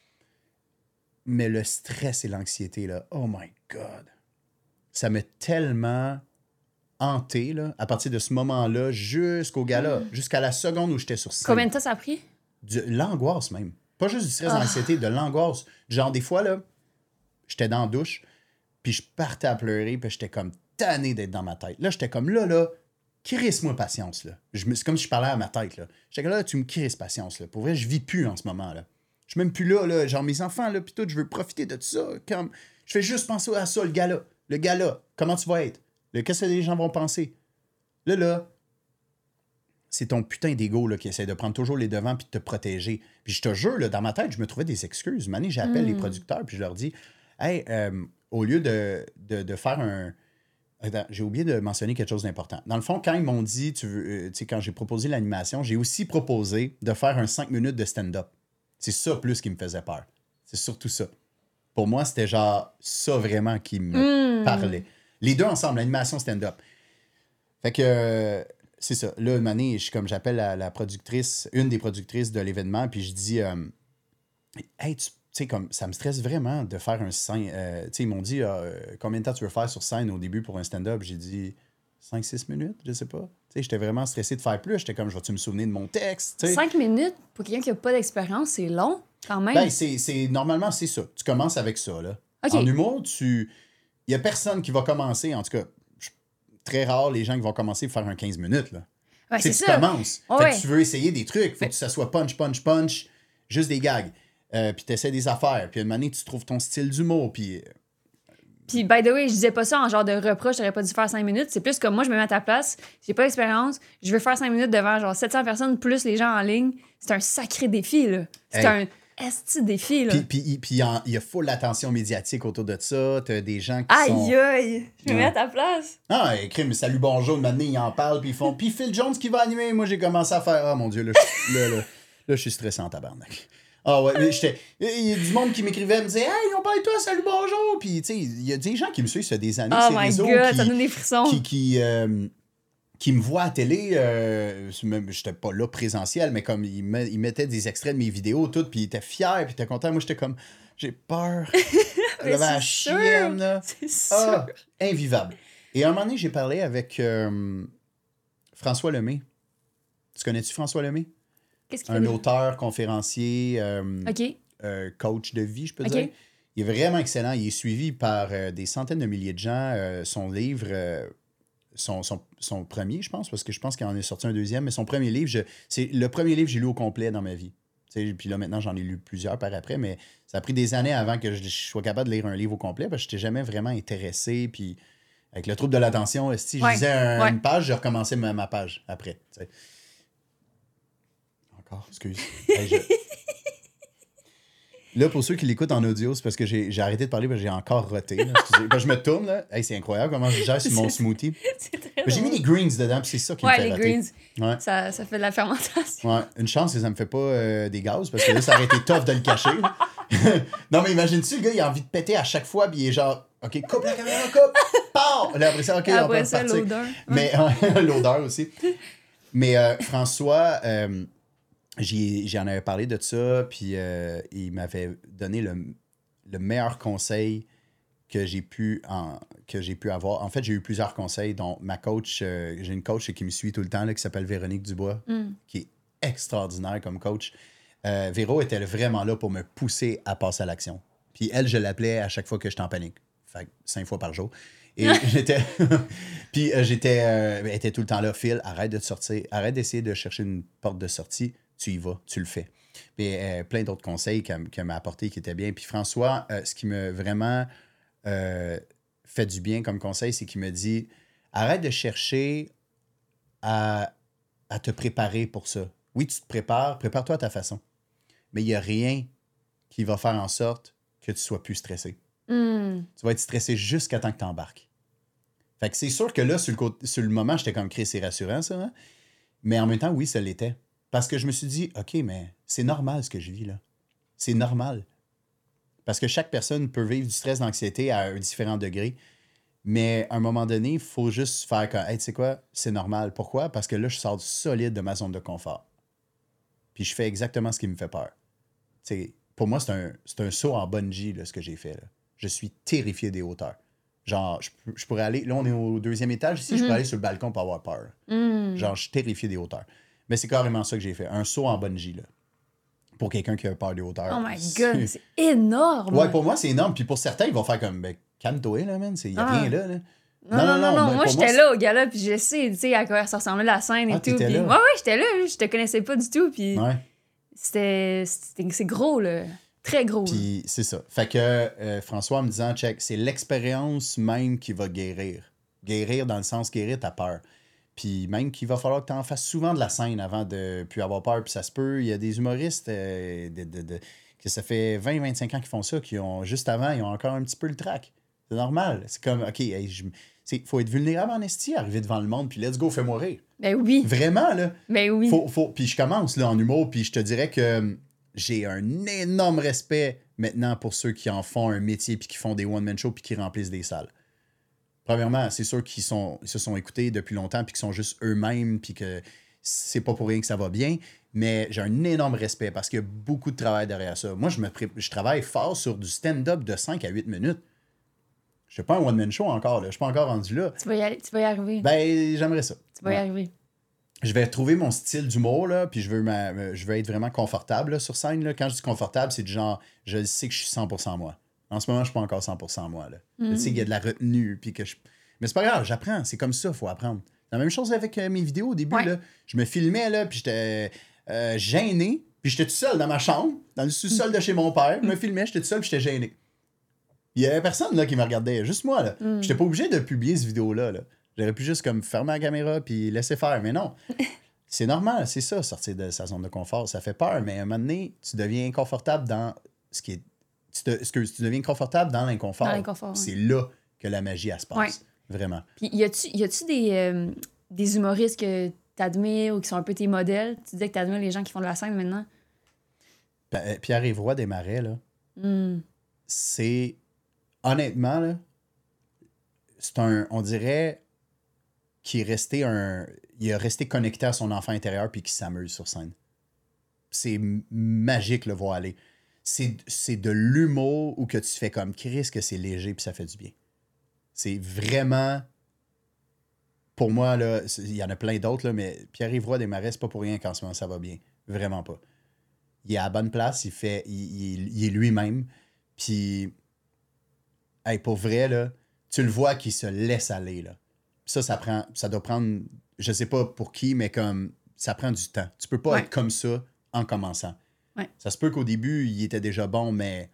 Mais le stress et l'anxiété, là, oh my God! Ça m'a tellement hanté, là, à partir de ce moment-là, jusqu'au gala, mmh. jusqu'à la seconde où j'étais sur scène. Combien de temps ça a pris? De l'angoisse même. Pas juste du stress, oh. de l'anxiété, de l'angoisse. Genre, des fois, là, j'étais dans la douche, puis je partais à pleurer, puis j'étais comme tanné d'être dans ma tête. Là, j'étais comme là, là, crisse-moi patience, là. Je me, c'est comme si je parlais à ma tête, là. J'étais comme là, tu me crisses patience, là. Pour vrai, je vis plus en ce moment, là. Je suis même plus là, là. Genre, mes enfants, là, puis tout, je veux profiter de tout ça. Comme... Je fais juste penser à ça, le gars-là. Le gars-là, comment tu vas être? Le, qu'est-ce que les gens vont penser? Là, là, c'est ton putain d'ego là, qui essaie de prendre toujours les devants puis de te protéger. Puis je te jure, là, dans ma tête, je me trouvais des excuses. Une année, j'appelle mm. les producteurs puis je leur dis « Hey, euh, au lieu de, de, de faire un... » Attends, j'ai oublié de mentionner quelque chose d'important. Dans le fond, quand ils m'ont dit, tu veux, euh, tu sais, quand j'ai proposé l'animation, j'ai aussi proposé de faire un cinq minutes de stand-up. C'est ça plus qui me faisait peur. C'est surtout ça. Pour moi, c'était genre ça vraiment qui me mm. parlait. Les deux ensemble, l'animation stand-up. Fait que... Euh, c'est ça. Là, une année, je, comme j'appelle la, la productrice, une des productrices de l'événement, puis je dis euh, Hey, tu sais, comme, ça me stresse vraiment de faire un scène. Euh, tu sais, ils m'ont dit, euh, combien de temps tu veux faire sur scène au début pour un stand-up? J'ai dit, cinq six minutes, je sais pas. Tu sais, j'étais vraiment stressé de faire plus. J'étais comme, je vais-tu me souvenir de mon texte? T'sais? cinq minutes, pour quelqu'un qui n'a pas d'expérience, c'est long, quand même. Ben, c'est, c'est, normalement, c'est ça. Tu commences avec ça, là. Okay. En humour, tu... Il y a personne qui va commencer, en tout cas, très rare les gens qui vont commencer pour faire un quinze minutes, là. Ouais, c'est tu ça. commences. Oh, fait ouais. que tu veux essayer des trucs. Faut ouais. que ça soit punch, punch, punch. Juste des gags. Euh, puis tu essaies des affaires. Puis à un moment donné, tu trouves ton style d'humour. Puis... Puis, by the way, je disais pas ça en genre de reproche, j'aurais pas dû faire cinq minutes. C'est plus comme moi, je me mets à ta place. J'ai pas d'expérience. Je veux faire cinq minutes devant genre sept cents personnes, plus les gens en ligne. C'est un sacré défi, là. C'est hey. un esti défi, là. Puis il puis, y a full attention médiatique autour de ça. T'as des gens qui aïe, sont... Aïe, aïe! Je me ouais. mets à ta place. Ah, crime, salut, bonjour. Maintenant, ils en parlent. Puis ils font... Puis Phil Jones qui va animer. Moi, j'ai commencé à faire... Ah, mon Dieu, là, je, là, là, là, je suis stressé en tabarnak. Ah ouais, mais j'étais... Il y a du monde qui m'écrivait, me disait « Hey, on parle de toi, salut, bonjour! » Puis, tu sais, il y a des gens qui me suivent, ça fait des années, oh ces my réseaux God, qui, ça donne des frissons. Qui, qui, euh, qui me voient à la télé, euh, même, j'étais pas là présentiel, mais comme ils, me, ils mettaient des extraits de mes vidéos, tout, puis ils étaient fiers, puis ils étaient contents. Moi, j'étais comme, j'ai peur. J'avais la chienne, là. C'est sûr. Ah, invivable. Et à un moment donné, j'ai parlé avec euh, François Lemay. Tu connais-tu François Lemay? Qu'est-ce qu'il Un fait auteur, conférencier, euh, OK. euh, coach de vie, je peux okay. dire. Il est vraiment excellent. Il est suivi par euh, des centaines de milliers de gens. Euh, son livre, euh, son, son, son premier, je pense, parce que je pense qu'il en est sorti un deuxième, mais son premier livre, je, c'est le premier livre que j'ai lu au complet dans ma vie. T'sais, puis là, maintenant, j'en ai lu plusieurs par après, mais ça a pris des années avant que je, je sois capable de lire un livre au complet, parce que je n'étais jamais vraiment intéressé. Puis avec le trouble de l'attention, si je ouais. lisais un, ouais. une page, je recommençais ma, ma page après. T'sais. Encore, excuse. Hey, je... Là, pour ceux qui l'écoutent en audio, c'est parce que j'ai, j'ai arrêté de parler parce que j'ai encore roté. Là. Quand je me tourne, là, hey, c'est incroyable comment je gère sur mon smoothie. C'est très J'ai mis des greens dedans, puis c'est ça qui ouais, me fait les roter. greens. Ouais. Ça, ça fait de la fermentation. Ouais. Une chance que ça me fait pas euh, des gaz, parce que là, ça aurait été tough de le cacher. Non, mais imagine-tu, le gars, il a envie de péter à chaque fois, puis il est genre, OK, coupe la caméra, coupe, pars! Là, après ça, OK, après on peut ça, repartir. l'odeur. Mais l'odeur aussi. Mais euh, François... Euh, J'y, j'en avais parlé de ça, puis euh, il m'avait donné le, le meilleur conseil que j'ai pu en, que j'ai pu avoir. En fait, j'ai eu plusieurs conseils, dont ma coach, euh, j'ai une coach qui me suit tout le temps, là, qui s'appelle Véronique Dubois, mm. qui est extraordinaire comme coach. Euh, Véro était vraiment là pour me pousser à passer à l'action. Puis elle, je l'appelais à chaque fois que j'étais en panique. Fait que cinq fois par jour. Et j'étais... Puis euh, j'étais... Euh, elle était tout le temps là. Phil, arrête de te sortir. Arrête d'essayer de chercher une porte de sortie. Tu y vas, tu le fais. Puis euh, plein d'autres conseils qu'elle, qu'elle m'a apportés qui étaient bien. Puis François, euh, ce qui m'a vraiment euh, fait du bien comme conseil, c'est qu'il me dit, arrête de chercher à, à te préparer pour ça. Oui, tu te prépares, prépare-toi à ta façon. Mais il n'y a rien qui va faire en sorte que tu sois plus stressé. Mm. Tu vas être stressé jusqu'à temps que tu embarques. Fait que c'est sûr que là, sur le, côté, sur le moment, j'étais comme créé, c'est rassurant, ça. Hein? Mais en même temps, oui, ça l'était. Parce que je me suis dit, OK, mais c'est normal ce que je vis là. C'est normal. Parce que chaque personne peut vivre du stress, d'anxiété à un différent degré. Mais à un moment donné, il faut juste faire comme, hey, tu sais quoi, c'est normal. Pourquoi? Parce que là, je sors du solide de ma zone de confort. Puis je fais exactement ce qui me fait peur. T'sais, pour moi, c'est un, c'est un saut en bungee, là, ce que j'ai fait. Là. Je suis terrifié des hauteurs. Genre, je, je pourrais aller... Là, on est au deuxième étage ici, mm-hmm. je pourrais aller sur le balcon pour avoir peur. Mm. Genre, je suis terrifié des hauteurs. Mais c'est carrément ça que j'ai fait. Un saut en bungee, là. Pour quelqu'un qui a peur des hauteurs. Oh my God, c'est énorme! Ouais, pour moi, c'est énorme. Puis pour certains, ils vont faire comme, ben, calme-toi, là, man. Il n'y a ah. rien là, là. Non, non, non. non, non. Moi, j'étais moi, là au gala, puis je sais, tu sais, à quoi ça ressemblait la scène et ah, tout. Puis... Là? Ouais, ouais, j'étais là. Je te connaissais pas du tout. Puis ouais. c'était, c'était... C'est gros, là. Très gros. Puis c'est ça. Fait que euh, François me disant, check, c'est l'expérience même qui va guérir. Guérir dans le sens guérir ta peur. Puis même qu'il va falloir que tu en fasses souvent de la scène avant de plus avoir peur. Puis ça se peut, il y a des humoristes euh, de, de, de, que ça fait vingt à vingt-cinq ans qu'ils font ça, qui ont juste avant, ils ont encore un petit peu le trac. C'est normal. C'est comme, OK, il faut être vulnérable en esti, arriver devant le monde, puis let's go, fais-moi rire. Ben oui. Vraiment, là. Ben oui. Faut, faut... Puis je commence là en humour, puis je te dirais que j'ai un énorme respect maintenant pour ceux qui en font un métier, puis qui font des one-man shows, puis qui remplissent des salles. Premièrement, c'est sûr qu'ils sont, ils se sont écoutés depuis longtemps, puis qu'ils sont juste eux-mêmes, puis que c'est pas pour rien que ça va bien. Mais j'ai un énorme respect parce qu'il y a beaucoup de travail derrière ça. Moi, je, me pré... je travaille fort sur du stand-up de cinq à huit minutes. Je suis pas un one-man show encore, là. Je suis pas encore rendu là. Tu vas y, aller, tu vas y arriver. Ben, j'aimerais ça. Tu vas ouais. y arriver. Je vais trouver mon style d'humour, là, puis je veux, ma... je veux être vraiment confortable là, sur scène. Là. Quand je dis confortable, c'est du genre, je sais que je suis cent pour cent moi. En ce moment, je suis pas encore cent pour cent moi. Là. Mm. Je sais qu'il y a de la retenue, puis que je... Mais c'est pas grave, j'apprends. C'est comme ça, il faut apprendre. La même chose avec euh, mes vidéos au début. Ouais. Là. Je me filmais, là, puis j'étais euh, gêné, puis j'étais tout seul dans ma chambre, dans le sous-sol de chez mon père. Je me filmais, j'étais tout seul, puis j'étais gêné. Il y avait personne là, qui me regardait, juste moi. Là. Mm. J'étais pas obligé de publier cette vidéo-là. Là. J'aurais pu juste comme fermer la caméra puis laisser faire, mais non. C'est normal, c'est ça, sortir de sa zone de confort. Ça fait peur, mais à un moment donné, tu deviens inconfortable dans ce qui est... Tu, te... ce que... tu deviens confortable dans l'inconfort. Dans l'inconfort, c'est oui. là que la magie, elle se passe. Ouais. Vraiment. Puis y a-tu, y a-tu des, euh, des humoristes que t'admires ou qui sont un peu tes modèles? Tu disais que t'admires les gens qui font de la scène maintenant. Pierre-Yves Roy Desmarais, là, mm. c'est... Honnêtement, là, c'est un... On dirait qu'il est resté un... Il est resté connecté à son enfant intérieur puis qu'il s'amuse sur scène. C'est magique le voir aller. C'est, c'est de l'humour où que tu fais comme Chris, que c'est léger puis ça fait du bien. C'est vraiment... Pour moi, là, il y en a plein d'autres, là, mais Pierre-Yves Roy Desmarais, c'est pas pour rien qu'en ce moment ça va bien. Vraiment pas. Il est à la bonne place, il fait... Il, il, il est lui-même. Puis... Hey, pour vrai, là, tu le vois qu'il se laisse aller, là. Ça, ça prend... Ça doit prendre... Je sais pas pour qui, mais comme... Ça prend du temps. Tu peux pas ouais. être comme ça en commençant. Ouais. Ça se peut qu'au début, il était déjà bon, mais...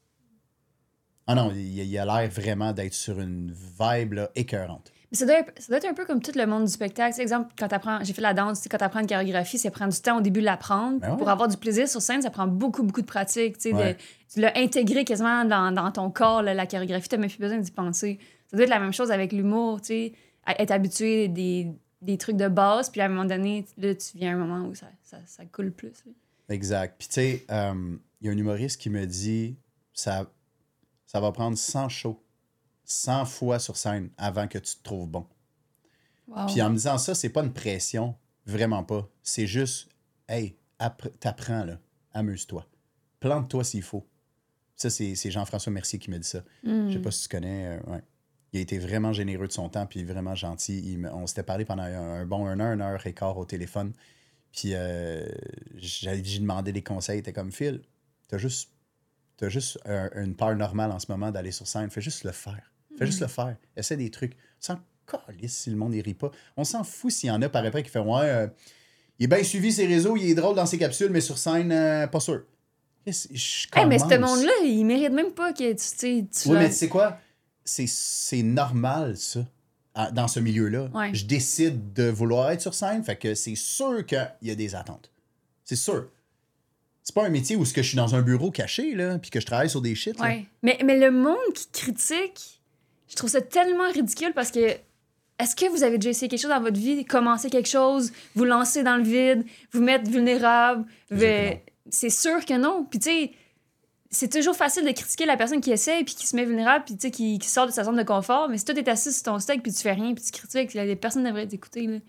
Ah non, il, il a l'air vraiment d'être sur une vibe là, écœurante. Mais ça doit, être, ça doit être un peu comme tout le monde du spectacle. Par exemple, quand t'apprends, j'ai fait la danse, quand tu apprends une chorégraphie, ça prend du temps au début de l'apprendre. Ben ouais. Pour avoir du plaisir sur scène, ça prend beaucoup, beaucoup de pratique. Ouais. De, tu l'as intégré quasiment dans, dans ton corps, là, la chorégraphie, tu n'as même plus besoin d'y penser. Ça doit être la même chose avec l'humour, tu sais, être habitué des, des trucs de base, puis à un moment donné, là, tu viens à un moment où ça, ça, ça coule plus. Là. Exact. Puis tu sais, il euh, y a un humoriste qui me dit, ça, ça va prendre cent shows. cent fois sur scène avant que tu te trouves bon. Wow. Puis en me disant ça, c'est pas une pression, vraiment pas. C'est juste, hey, app- t'apprends, là, amuse-toi. Plante-toi s'il faut. Ça, c'est, c'est Jean-François Mercier qui me dit ça. Mm. Je sais pas si tu connais. Euh, ouais. Il a été vraiment généreux de son temps, puis vraiment gentil. Il, on s'était parlé pendant un, un bon une heure, une heure et quart au téléphone. Puis euh, j'ai, j'ai demandé des conseils. Il était comme, Phil, t'as juste, t'as juste un, une peur normale en ce moment d'aller sur scène. Fais juste le faire. Fais mm. juste le faire. Essaie des trucs. Sans calisse si le monde n'y rit pas. On s'en fout s'il y en a par après qui fait ouais, euh, il est bien suivi ses réseaux, il est drôle dans ses capsules, mais sur scène, euh, pas sûr. Je hey, mais ce monde-là, il mérite même pas que tu sais. Tu oui, mais tu sais quoi? C'est, c'est normal, ça, dans ce milieu-là. Ouais. Je décide de vouloir être sur scène, fait que c'est sûr qu'il y a des attentes. C'est sûr. C'est pas un métier où je suis dans un bureau caché, là, puis que je travaille sur des shit. Ouais. Là. Mais, mais le monde qui critique, je trouve ça tellement ridicule parce que est-ce que vous avez déjà essayé quelque chose dans votre vie, commencer quelque chose, vous lancer dans le vide, vous mettre vulnérable? Mais... C'est sûr que non. Puis tu sais, c'est toujours facile de critiquer la personne qui essaie puis qui se met vulnérable puis tu sais, qui, qui sort de sa zone de confort. Mais si toi, t'es assis sur ton steak puis tu fais rien puis tu critiques, les personnes devraient t'écouter, là.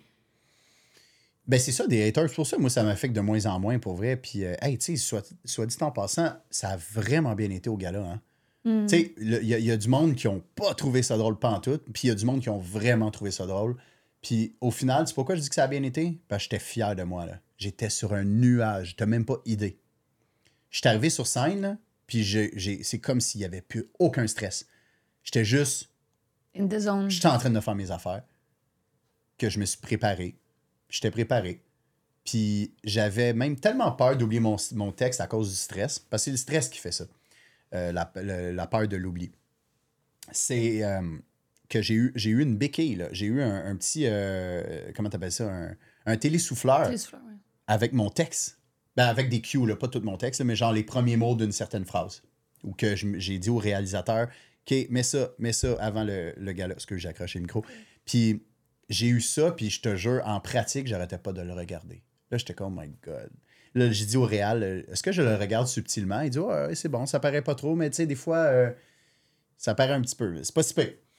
Ben c'est ça, des haters. C'est pour ça, moi, ça m'affecte de moins en moins, pour vrai. Puis, euh, hey, tu sais, soit, soit dit en passant, ça a vraiment bien été au gala, hein. Mm. Tu sais, il y, y a du monde qui ont pas trouvé ça drôle pantoute, puis il y a du monde qui ont vraiment trouvé ça drôle. Puis au final, c'est pourquoi je dis que ça a bien été? Parce que j'étais fier de moi, là. J'étais sur un nuage. T'as même pas idée. J'étais arrivé sur scène, là, puis j'ai, j'ai, c'est comme s'il y avait plus aucun stress. J'étais juste... In the zone. J'étais en train de faire mes affaires, que je me suis préparé. J'étais préparé. Puis j'avais même tellement peur d'oublier mon, mon texte à cause du stress, parce que c'est le stress qui fait ça, euh, la, la, la peur de l'oubli. C'est euh, que j'ai eu, j'ai eu une béquille, là. J'ai eu un, un petit... Euh, comment t'appelles ça? Un, un télésouffleur. Télésouffleur, oui. Avec mon texte. Ben, avec des cues, là, pas tout mon texte, mais genre les premiers mots d'une certaine phrase. Ou que je, j'ai dit au réalisateur, OK, mets ça, mets ça avant le, le gala, parce que j'ai accroché le micro. Puis j'ai eu ça, puis je te jure, en pratique, j'arrêtais pas de le regarder. Là, j'étais comme, oh my God. Là, j'ai dit au réal, est-ce que je le regarde subtilement? Il dit, oh, c'est bon, ça paraît pas trop, mais tu sais, des fois, euh, ça paraît un petit peu. C'est pas si peu.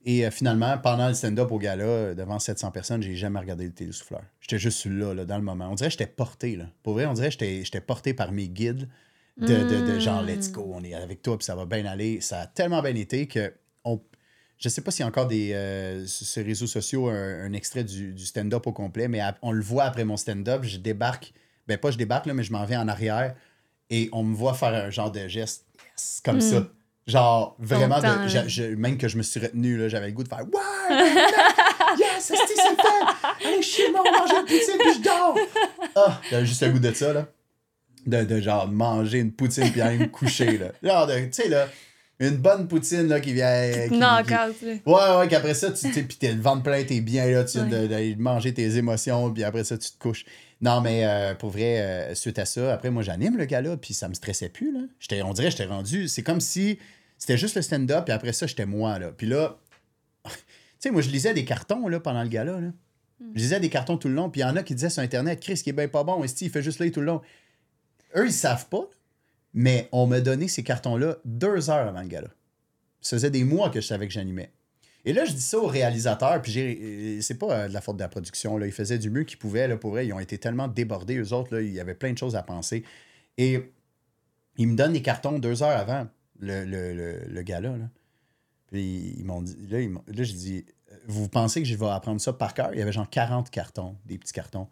Et euh, finalement, pendant le stand-up au gala, devant sept cents personnes, j'ai jamais regardé le télésouffleur. J'étais juste là, là, dans le moment. On dirait que j'étais porté. Là. Pour vrai, on dirait que j'étais, j'étais porté par mes guides de, de, de, de genre, let's go, on est avec toi, puis ça va bien aller. Ça a tellement bien été que on, je sais pas s'il y a encore des, euh, sur ces réseaux sociaux un, un extrait du, du stand-up au complet, mais à, on le voit après mon stand-up. Je débarque, ben pas je débarque, là, mais je m'en vais en arrière et on me voit faire un genre de geste yes, comme mm. ça. Genre, vraiment, de, je, je, même que je me suis retenu, là, j'avais le goût de faire « Ouais! Yes! C'est fait! Allez, chez moi, manger une poutine, puis je dors! » Ah, j'avais juste le goût de ça, là. De, de genre, manger une poutine, puis aller me coucher, là. Genre, tu sais, là, une bonne poutine, là, qui vient... Qui, non, qui, quand, qui... Ouais, ouais, qu'après ça, tu sais, puis t'es le ventre plein, t'es bien, là, tu viens ouais. d'aller manger tes émotions, puis après ça, tu te couches. Non, mais euh, pour vrai, euh, suite à ça, après, moi, j'anime le gars-là, puis ça me stressait plus, là. J'étais, on dirait que j'étais rendu... C'est comme si c'était juste le stand-up, puis après ça, j'étais moi, là. Puis là, tu sais, moi, je lisais des cartons, là, pendant le gala, là. Mm. Je lisais des cartons tout le long, puis il y en a qui disaient sur Internet, Chris, qui est bien pas bon, il fait juste là tout le long. Eux, ils savent pas, mais on m'a donné ces cartons-là deux heures avant le gala. Ça faisait des mois que je savais que j'animais. Et là, je dis ça aux réalisateurs, puis j'ai... c'est pas euh, de la faute de la production, là. Ils faisaient du mieux qu'ils pouvaient, là, pour vrai. Ils ont été tellement débordés, eux autres, là. Il y avait plein de choses à penser. Et ils me donnent les cartons deux heures avant le, le, le, le gala, là. Puis ils m'ont dit... Là, ils m'ont, là, je dis, vous pensez que je vais apprendre ça par cœur? Il y avait genre quarante cartons, des petits cartons.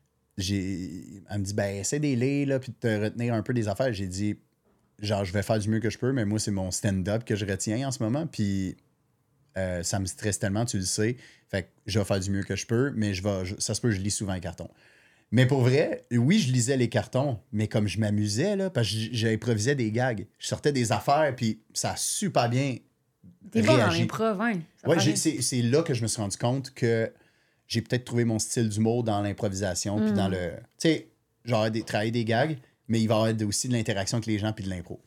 J'ai... Elle me dit, ben, essaie des lire, là, puis de te retenir un peu des affaires. J'ai dit, genre, je vais faire du mieux que je peux, mais moi, c'est mon stand-up que je retiens en ce moment, puis... Euh, ça me stresse tellement, tu le sais. Fait que je vais faire du mieux que je peux, mais je vais, je, ça se peut que je lis souvent les cartons. Mais pour vrai, oui, je lisais les cartons, mais comme je m'amusais, là, parce que j'improvisais des gags. Je sortais des affaires, puis ça a super bien T'es bon dans l'improv, hein? Ouais, j'ai, c'est, c'est là que je me suis rendu compte que j'ai peut-être trouvé mon style d'humour dans l'improvisation, mm. puis dans le... Tu sais, genre des, travailler des gags, mais il va y avoir aussi de l'interaction avec les gens, puis de l'impro.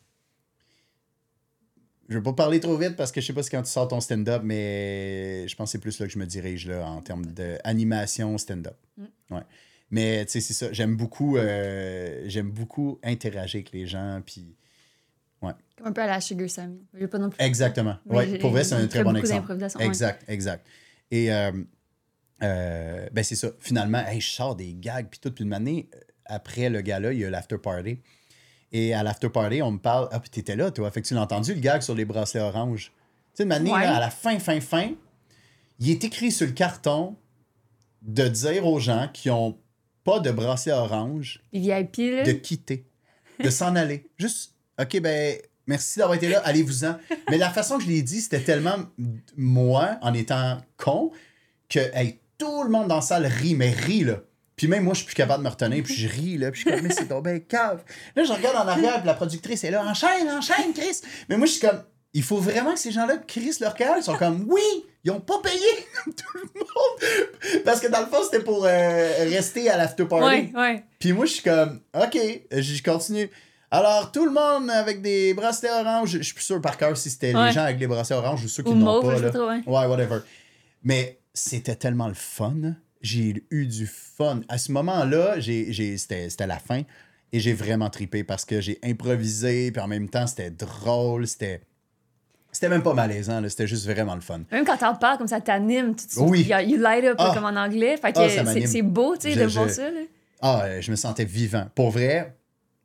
Je ne veux pas parler trop vite parce que je sais pas si quand tu sors ton stand-up, mais je pense que c'est plus là que je me dirige là, en termes d'animation stand-up. Mm. Ouais. Mais tu sais, c'est ça. J'aime beaucoup, euh, j'aime beaucoup interagir avec les gens. Puis, ouais. Comme un peu à la Sugar Sammy. J'ai pas non plus. Exactement. Ouais, pour vrai, c'est un très bon exemple. Exact, ouais. exact. Et euh, euh, ben c'est ça. Finalement, hey, je sors des gags puis tout. Puis une année, après le gala, il y a l'after party. Et à l'after party, on me parle. Ah, puis t'étais là, toi. Fait que tu l'as entendu, le gag sur les bracelets oranges. Tu sais, une année, ouais. là, à la fin, fin, fin, il est écrit sur le carton de dire aux gens qui n'ont pas de bracelet orange V I P, là. De quitter, de s'en aller. Juste, OK, ben, merci d'avoir été là, allez-vous-en. Mais la façon que je l'ai dit, c'était tellement moi, en étant con, que hey, tout le monde dans la salle rit, mais rit, là. Puis même moi, je suis plus capable de me retenir, puis je ris, là, puis je suis comme, mais c'est donc ben cave. Là, je regarde en arrière, puis la productrice est là, enchaîne, enchaîne, Chris. Mais moi, je suis comme, il faut vraiment que ces gens-là crissent leur cœur. Ils sont comme, oui, ils ont pas payé tout le monde. Parce que dans le fond, c'était pour euh, rester à l'after party. Ouais, ouais. Puis moi, je suis comme, OK, je continue. Alors, tout le monde avec des bracelets oranges, je suis plus sûr par cœur si c'était ouais. les gens avec les bracelets oranges ou ceux qui ou n'ont pas. Là. Trop, ouais. ouais, whatever. Mais c'était tellement le fun. J'ai eu du fun. À ce moment-là, j'ai, j'ai, c'était, c'était la fin et j'ai vraiment trippé parce que j'ai improvisé, puis en même temps, c'était drôle, c'était... C'était même pas malaisant, là, c'était juste vraiment le fun. Même quand t'en parles, comme ça t'anime, tu te oui. you light up, ah. comme en anglais. Fait que ah, c'est, c'est beau, tu sais, de voir ça. Là. Ah, je me sentais vivant. Pour vrai,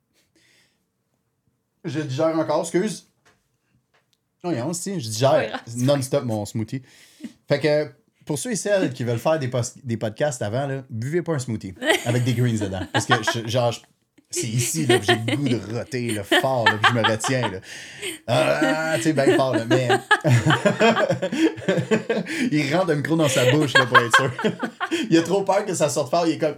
je digère encore, excuse. Non, oh, aussi, je digère oui, non-stop mon smoothie. Fait que... Pour ceux et celles qui veulent faire des, post- des podcasts avant, là, buvez pas un smoothie avec des greens dedans. Parce que, je, genre, je, c'est ici là, que j'ai le goût de roter là, fort, là, que je me retiens. Là. Ah, tu sais, bien fort, là, mais... il rentre un micro dans sa bouche, là, pour être sûr. Il a trop peur que ça sorte fort. Il est comme...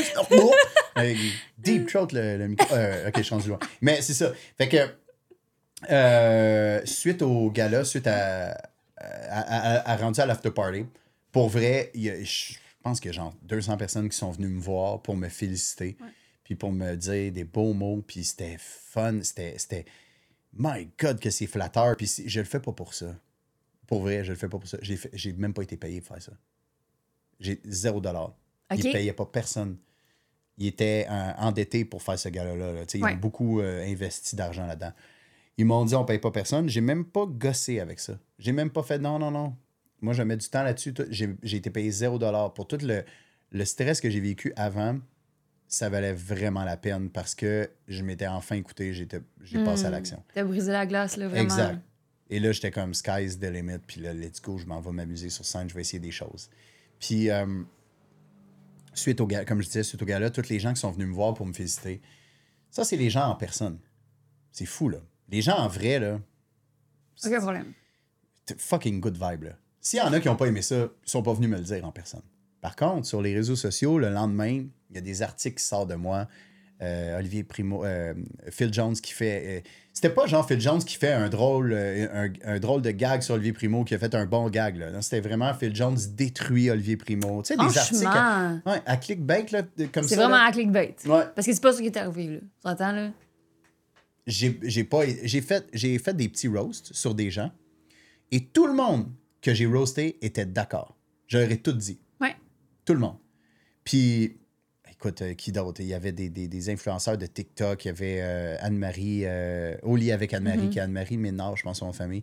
Deep throat, le, le micro. Euh, OK, je change du loin. Mais c'est ça. Fait que, euh, suite au gala, suite à, à, à, à rendu à l'after party, pour vrai, il y a, je pense qu'il y a genre deux cents personnes qui sont venues me voir pour me féliciter, ouais. puis pour me dire des beaux mots, puis c'était fun, c'était, c'était... My God, que c'est flatteur, puis je le fais pas pour ça. Pour vrai, je le fais pas pour ça. J'ai, fait, j'ai même pas été payé pour faire ça. J'ai zéro dollar. Okay. Ils payaient pas personne. Ils étaient euh, endettés pour faire ce gala-là. Là. Ils ouais. ont beaucoup euh, investi d'argent là-dedans. Ils m'ont dit, on paye pas personne. J'ai même pas gossé avec ça. J'ai même pas fait, non, non, non. Moi, je mets du temps là-dessus. Tout, j'ai, j'ai été payé zéro dollar pour tout le, le stress que j'ai vécu avant. Ça valait vraiment la peine parce que je m'étais enfin écouté, j'étais, j'ai mmh. passé à l'action. T'as brisé la glace, là, vraiment. Exact. Et là, j'étais comme sky's the limit. Puis là, let's go, je m'en vais m'amuser sur scène, je vais essayer des choses. Puis, euh, suite au gars, comme je disais, suite au gars-là, tous les gens qui sont venus me voir pour me féliciter, ça, c'est les gens en personne. C'est fou, là. Les gens en vrai, là. Aucun problème. Fucking good vibe, là. S'il y en a qui n'ont pas aimé ça, ils sont pas venus me le dire en personne. Par contre, sur les réseaux sociaux, le lendemain, il y a des articles qui sortent de moi. Euh, Olivier Primo, euh, Phil Jones qui fait... Euh, c'était pas genre Phil Jones qui fait un drôle, euh, un, un drôle de gag sur Olivier Primo, qui a fait un bon gag. Là. Non, c'était vraiment Phil Jones détruit Olivier Primo. Tu sais, des articles à, ouais, à clickbait, là, comme ça. C'est vraiment là. à clickbait. Ouais. Parce que c'est pas ce qui est arrivé, là. Tu entends, là? J'ai, j'ai, pas, j'ai, fait, j'ai fait des petits roasts sur des gens, et tout le monde que j'ai roasté était d'accord. J'aurais tout dit. Ouais. Tout le monde. Puis... Écoute, euh, qui d'autre? Il y avait des, des, des influenceurs de TikTok. Il y avait euh, Anne-Marie, euh, au lit avec Anne-Marie, mm-hmm. qui est Anne-Marie Ménard, je pense, son famille.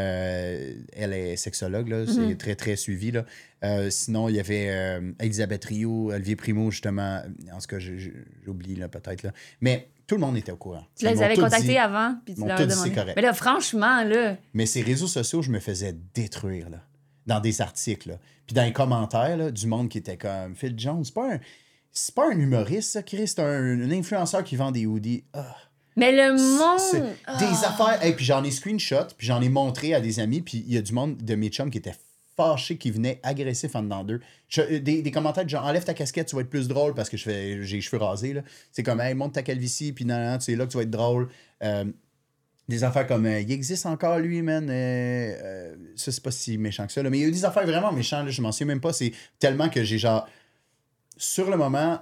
Euh, elle est sexologue, là, mm-hmm. c'est très, très suivi. Là. Euh, sinon, il y avait euh, Elisabeth Rioux, Olivier Primo, justement. En tout cas, j'oublie là, peut-être. Là. Mais tout le monde était au courant. Tu les avais contactés dit, avant, puis tu leur as demandé. Correct. Mais là, franchement, là... Mais ces réseaux sociaux, je me faisais détruire, là, dans des articles. Là. Puis dans les commentaires, là, du monde qui était comme Phil Jones, c'est pas un... C'est pas un humoriste, ça, Chris. C'est un, un influenceur qui vend des hoodies. Ah. Mais le monde... Ah. Des affaires... Et hey, puis j'en ai screenshot, puis j'en ai montré à des amis, puis il y a du monde de mes chums qui était fâché, qui venait agressif en dedans d'eux. Je, des, des commentaires de genre, enlève ta casquette, tu vas être plus drôle, parce que je fais, j'ai les cheveux rasés. Là. C'est comme, hey, monte ta calvitie, puis non, non, tu sais là que tu vas être drôle. Euh, des affaires comme, euh, il existe encore, lui, man. Euh, euh, ça, c'est pas si méchant que ça. Là. Mais il y a eu des affaires vraiment méchantes, là, je m'en souviens même pas. C'est tellement que j'ai genre... Sur le moment,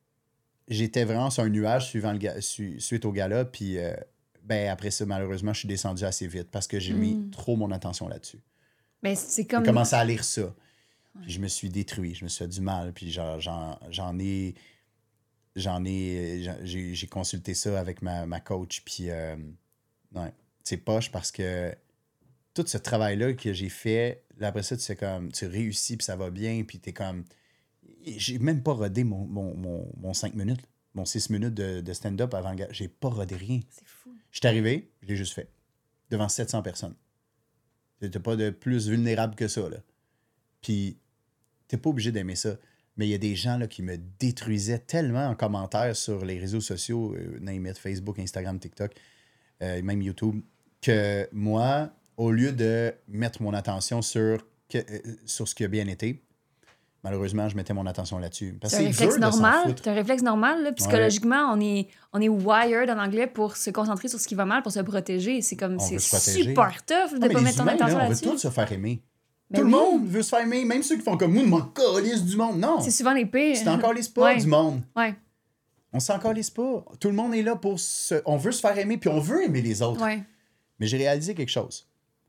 j'étais vraiment sur un nuage suivant le ga- su- suite au gala. Puis euh, ben, après ça, malheureusement, je suis descendu assez vite parce que j'ai mm. mis trop mon attention là-dessus. Mais c'est comme... J'ai commencé à lire ça. Ouais. Puis je me suis détruit. Je me suis fait du mal. Puis genre, j'en, j'en ai... J'en ai... J'ai, j'ai consulté ça avec ma, ma coach. Puis euh, ouais, c'est poche parce que tout ce travail-là que j'ai fait, là, après ça, tu sais comme... Tu réussis, puis ça va bien, puis t'es comme... J'ai même pas rodé mon, mon, mon, mon cinq minutes, mon six minutes de, de stand-up avant. J'ai pas rodé rien. C'est fou. Je suis arrivé, je l'ai juste fait. Devant sept cents personnes. T'es pas de plus vulnérable que ça, là. Puis, t'es pas obligé d'aimer ça. Mais il y a des gens là, qui me détruisaient tellement en commentaire sur les réseaux sociaux, euh, name it, Facebook, Instagram, TikTok, euh, même YouTube, que moi, au lieu de mettre mon attention sur, que, euh, sur ce qui a bien été, malheureusement, je mettais mon attention là-dessus. Parce c'est un réflexe normal. C'est un réflexe normal. Là. Psychologiquement, ouais. on, est, on est wired en anglais pour se concentrer sur ce qui va mal, pour se protéger. C'est comme, on c'est super tough de ne pas mettre ton attention là, là-dessus. On veut tous se faire aimer. Ben Tout oui. le monde veut se faire aimer. Même ceux qui font comme moi, m'en calisse du monde. Non. C'est souvent les pires. C'est encore les pas ouais. du monde. Ouais. On s'en calisse pas. Tout le monde est là pour se... On veut se faire aimer, puis on veut aimer les autres. Ouais. Mais j'ai réalisé quelque chose.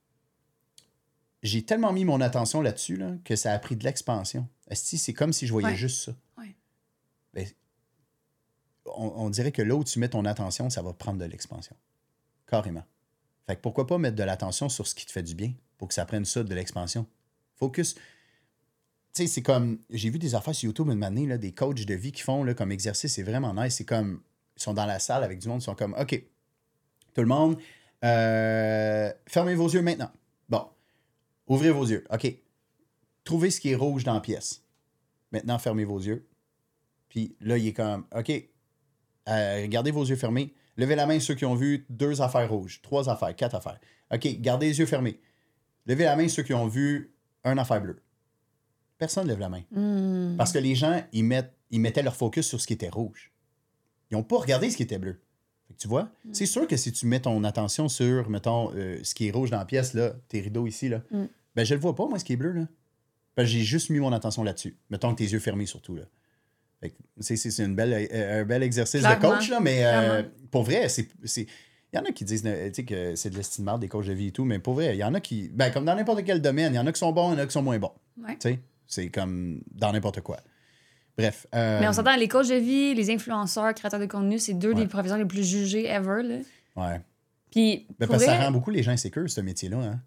J'ai tellement mis mon attention là-dessus là, que ça a pris de l'expansion. Esti, c'est comme si je voyais ouais. juste ça. Ouais. Ben, on, on dirait que là où tu mets ton attention, ça va prendre de l'expansion. Carrément. Fait que pourquoi pas mettre de l'attention sur ce qui te fait du bien pour que ça prenne ça de l'expansion. Focus. Tu sais, c'est comme... J'ai vu des affaires sur YouTube une année, là, des coachs de vie qui font là, comme exercice. C'est vraiment nice. C'est comme... Ils sont dans la salle avec du monde. Ils sont comme, OK, tout le monde, euh, fermez vos yeux maintenant. Bon. Ouvrez vos yeux. OK. Trouvez ce qui est rouge dans la pièce. Maintenant, fermez vos yeux. Puis là, il est comme, OK, euh, gardez vos yeux fermés. Levez la main ceux qui ont vu deux affaires rouges, trois affaires, quatre affaires. OK, gardez les yeux fermés. Levez la main ceux qui ont vu une affaire bleue. Personne ne lève la main. Mm. Parce que les gens, ils, mettent, ils mettaient leur focus sur ce qui était rouge. Ils n'ont pas regardé ce qui était bleu. Fait que tu vois, mm. c'est sûr que si tu mets ton attention sur, mettons, euh, ce qui est rouge dans la pièce, là, tes rideaux ici, là, mm. ben je le vois pas, moi, ce qui est bleu, là. Parce que j'ai juste mis mon attention là-dessus. Mettons que tes yeux fermés, surtout, là. Fait que c'est, c'est, c'est une belle, euh, un bel exercice Clairement. de coach, là, mais euh, pour vrai, c'est... c'est... Il y en a qui disent que c'est de l'estime marde des coachs de vie et tout, mais pour vrai, il y en a qui... Ben, comme dans n'importe quel domaine, il y en a qui sont bons, il y en a qui sont moins bons. Ouais. Tu sais, c'est comme dans n'importe quoi. Bref. Euh... Mais on s'entend, les coachs de vie, les influenceurs, créateurs de contenu, c'est deux ouais. des professions les plus jugées ever. Là. Ouais. Puis, ben, parce que vrai... ça rend beaucoup les gens insécures, ce métier-là. Hein?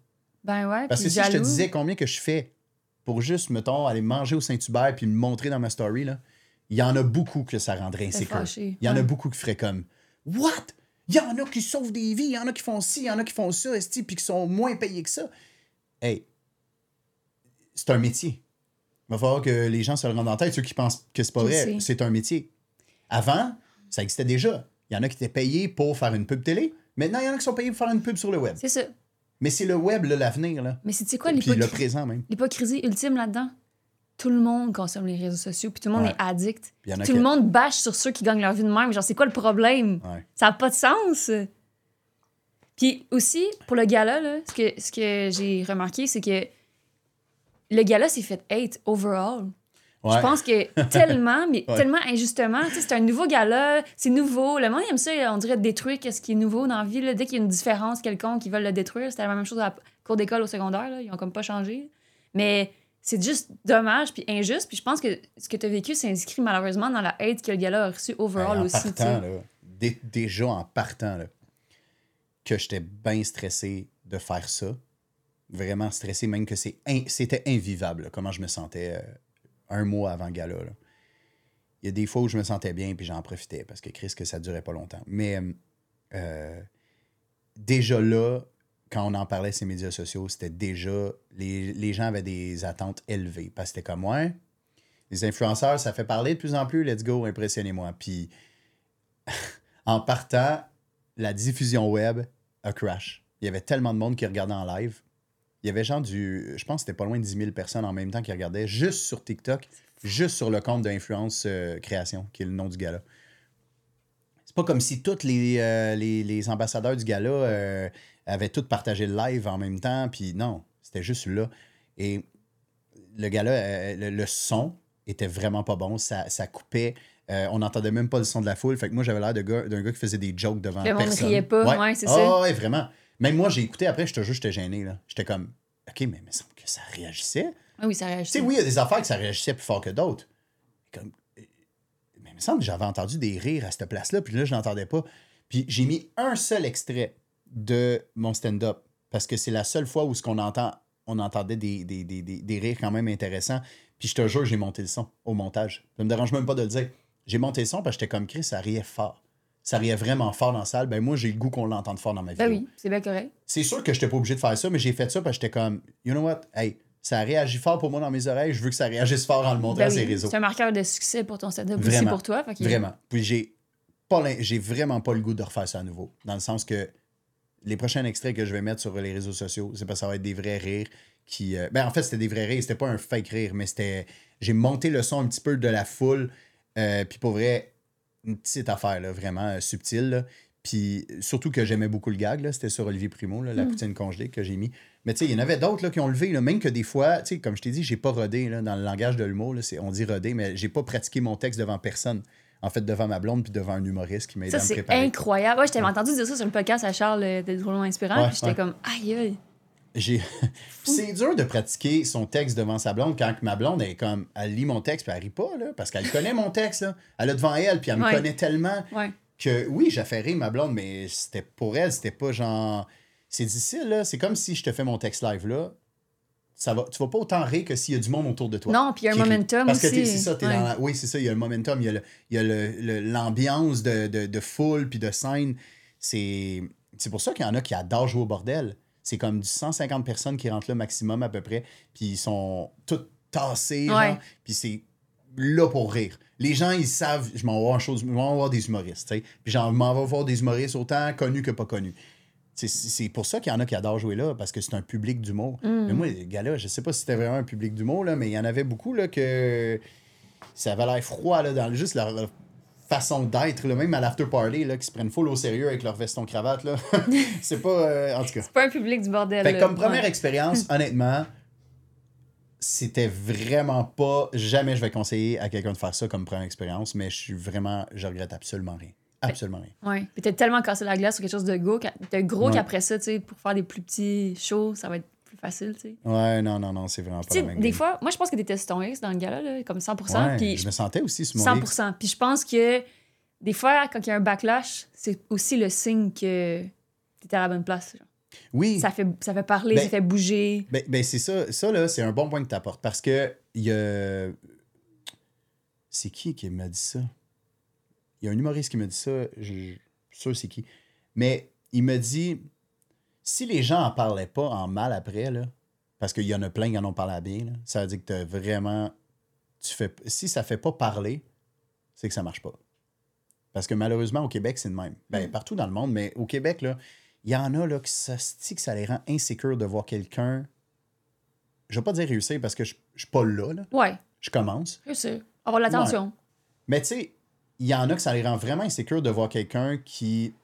Ben ouais, Parce que si jaloux. je te disais combien que je fais pour juste, mettons, aller manger au Saint-Hubert puis le montrer dans ma story, là, il y en a beaucoup que ça rendrait insécure. Il y en ouais. a beaucoup qui feraient comme « What? Il y en a qui sauvent des vies, il y en a qui font ci, il y en a qui font ça, puis qui sont moins payés que ça. » Hey, c'est un métier. Il va falloir que les gens se le rendent en tête, ceux qui pensent que c'est pas Je vrai. sais. C'est un métier. Avant, ça existait déjà. Il y en a qui étaient payés pour faire une pub télé. Maintenant, il y en a qui sont payés pour faire une pub sur le web. C'est ça. Mais c'est le web, là, l'avenir. Là. Mais c'est quoi Puis l'hypocrisie? le présent même. L'hypocrisie ultime là-dedans? Tout le monde consomme les réseaux sociaux, puis tout le monde Ouais. est addict. Puis y en a Tout qui- le monde bâche sur ceux qui gagnent leur vie de même. Genre, c'est quoi le problème? Ouais. Ça n'a pas de sens. Puis aussi, pour le gala, là, ce que, ce que j'ai remarqué, c'est que le gala s'est fait hate overall. Ouais. Je pense que tellement, mais Ouais. tellement injustement. Tu sais, c'est un nouveau gala, c'est nouveau. Le monde aime ça, on dirait détruire ce qui est nouveau dans la vie. Là. Dès qu'il y a une différence quelconque, ils veulent le détruire. C'était la même chose à la cour d'école au secondaire. Là. Ils ont comme pas changé. Mais c'est juste dommage puis injuste. Puis je pense que ce que tu as vécu s'inscrit malheureusement dans la hate que le gala a reçu overall Ben, en aussi. tu sais. partant, là, dé- déjà en partant, là, que j'étais bien stressé de faire ça. Vraiment stressé, même que c'est in- c'était invivable, là, comment je me sentais euh, un mois avant le gala. Là. Il y a des fois où je me sentais bien puis j'en profitais parce que Chris, que ça durait pas longtemps. Mais euh, déjà là, quand on en parlait sur les médias sociaux, c'était déjà... Les, les gens avaient des attentes élevées parce que c'était comme, ouais, les influenceurs, ça fait parler de plus en plus, let's go, impressionnez-moi. Puis en partant, la diffusion web a crash. Il y avait tellement de monde qui regardait en live. Il y avait genre du... Je pense que c'était pas loin de dix mille personnes en même temps qui regardaient juste sur TikTok, juste sur le compte d'Influence euh, Création, qui est le nom du gala. C'est pas comme si tous les, euh, les, les ambassadeurs du gala euh, avaient tous partagé le live en même temps, puis non, c'était juste là. Et le gala, euh, le, le son était vraiment pas bon, ça, ça coupait... Euh, on n'entendait même pas le son de la foule. Fait que moi, j'avais l'air de gars- d'un gars qui faisait des jokes devant Le monde personne. riait pas, Ouais, ouais, c'est Ah, ça. ouais, vraiment. Même moi, j'ai écouté après, je te jure, j'étais gêné. Là. J'étais comme, OK, mais il me semble que ça réagissait. Ah oui, ça Tu réagit. sais, oui, il y a des affaires que ça réagissait plus fort que d'autres. Comme, euh, mais il me semble que j'avais entendu des rires à cette place-là, puis là, je n'entendais pas. Puis j'ai mis un seul extrait de mon stand-up, parce que c'est la seule fois où ce qu'on entend, on entendait des, des, des, des, des rires quand même intéressants. Puis je te jure, j'ai monté le son au montage. Ça me dérange même pas de le dire. J'ai monté le son parce que j'étais comme Chris, ça riait fort. Ça riait vraiment fort dans la salle. Ben moi, j'ai le goût qu'on l'entende fort dans ma Ben vidéo. oui, c'est bien correct. C'est sûr que je n'étais pas obligé de faire ça, mais j'ai fait ça parce que j'étais comme, you know what, hey, ça réagit fort pour moi dans mes oreilles, je veux que ça réagisse fort en le montrant Ben à ces oui, réseaux. c'est un marqueur de succès pour ton stand-up aussi Vraiment. pour toi. Fait que- Vraiment. Puis j'ai, pas l'in- j'ai vraiment pas le goût de refaire ça à nouveau. Dans le sens que les prochains extraits que je vais mettre sur les réseaux sociaux, c'est parce que ça va être des vrais rires qui... euh, Ben en fait, c'était des vrais rires, c'était pas un fake rire, mais c'était... J'ai monté le son un petit peu de la foule, euh, puis pour vrai, une petite affaire, là, vraiment euh, subtile, là. Puis surtout que j'aimais beaucoup le gag, là, c'était sur Olivier Primo, là, la Mm. poutine congelée que j'ai mis. Mais tu sais, il y en avait d'autres là, qui ont levé, là, même que des fois, tu sais, comme je t'ai dit, j'ai pas rodé là, dans le langage de l'humour, là, c'est- on dit rodé, mais j'ai pas pratiqué mon texte devant personne. En fait, devant ma blonde puis devant un humoriste qui m'a aidé Ça, à me c'est préparer. incroyable. Ouais, je t'avais entendu dire ça sur le podcast à Charles euh, de Drôlement Inspirant. Ouais, Puis j'étais ouais. comme, aïe, aïe. J'ai... c'est dur de pratiquer son texte devant sa blonde quand ma blonde est comme, elle lit mon texte puis elle rit pas, là, parce qu'elle connaît mon texte, là. Elle a devant elle puis elle me Ouais. connaît tellement Ouais. que oui, j'ai fait rire ma blonde, mais c'était pour elle, c'était pas genre... C'est difficile, là. C'est comme si je te fais mon texte live, là. Ça va... Tu vas pas autant rire que s'il y a du monde autour de toi. Non, puis il y a un qui rit. momentum Parce que aussi. t'es- c'est ça, t'es Ouais. dans la- oui, c'est ça, il y a le momentum, il y a, le, il y a le- le- l'ambiance de, de, de foule puis de scène. C'est... c'est pour ça qu'il y en a qui adorent jouer au bordel. C'est comme du cent cinquante personnes qui rentrent là maximum à peu près, puis ils sont tous tassés, Ouais. genre, puis c'est là pour rire. Les gens, ils savent, je m'en vais voir, un show, je m'en vais voir des humoristes, tu sais. Puis j'en m'en vais voir des humoristes autant connus que pas connus. C'est, c'est pour ça qu'il y en a qui adorent jouer là, parce que c'est un public d'humour. Mm. Mais moi, les gars-là, je sais pas si c'était vraiment un public d'humour, là, mais il y en avait beaucoup là, que ça avait l'air froid, là, dans le- juste leur, leur façon d'être, là, même à l'after party, là, qui se prennent full au sérieux avec leur veston cravate. Là. c'est pas... euh, en tout cas. C'est pas un public du bordel. Fait que là. comme première Ouais. expérience, honnêtement, c'était vraiment pas... Jamais je vais conseiller à quelqu'un de faire ça comme première expérience, mais je suis vraiment... Je regrette absolument rien. Absolument rien. Ouais. Puis t'as tellement cassé la glace sur quelque chose de gros, qu'a- de gros Ouais. qu'après ça, tu sais, pour faire des plus petits shows, ça va être plus facile, tu sais. Ouais, non, non, non, c'est vraiment pas Tu la sais, même des game. fois, moi, je pense que t'étais sur ton X dans le gala, là, comme cent pour cent. Ouais, Puis je me sentais aussi sur mon cent X. pour cent. Puis je pense que des fois, quand il y a un backlash, c'est aussi le signe que t'étais à la bonne place. Genre. Oui. Ça fait, ça fait parler, ben, ça fait bouger. Ben, ben c'est ça. Ça, là, c'est un bon point que tu apportes. Parce que il y a... C'est qui qui m'a dit ça? Il y a un humoriste qui m'a dit ça. Je suis sûr c'est qui. Mais il me dit, si les gens en parlaient pas en mal après, là, parce qu'il y en a plein qui en ont parlé à bien, là, ça veut dire que t'as vraiment... Tu fais... Si ça fait pas parler, c'est que ça marche pas. Parce que malheureusement, au Québec, c'est le même. Ben, Mm. partout dans le monde, mais au Québec, là, il y en a là, que ça se dit que ça les rend insécures de voir quelqu'un. Je vais pas dire réussir parce que je je suis pas là, là. Ouais, Je commence. c'est sûr. Avoir de l'attention. Ouais. Mais tu sais, il y en a que ça les rend vraiment insécures de voir quelqu'un qui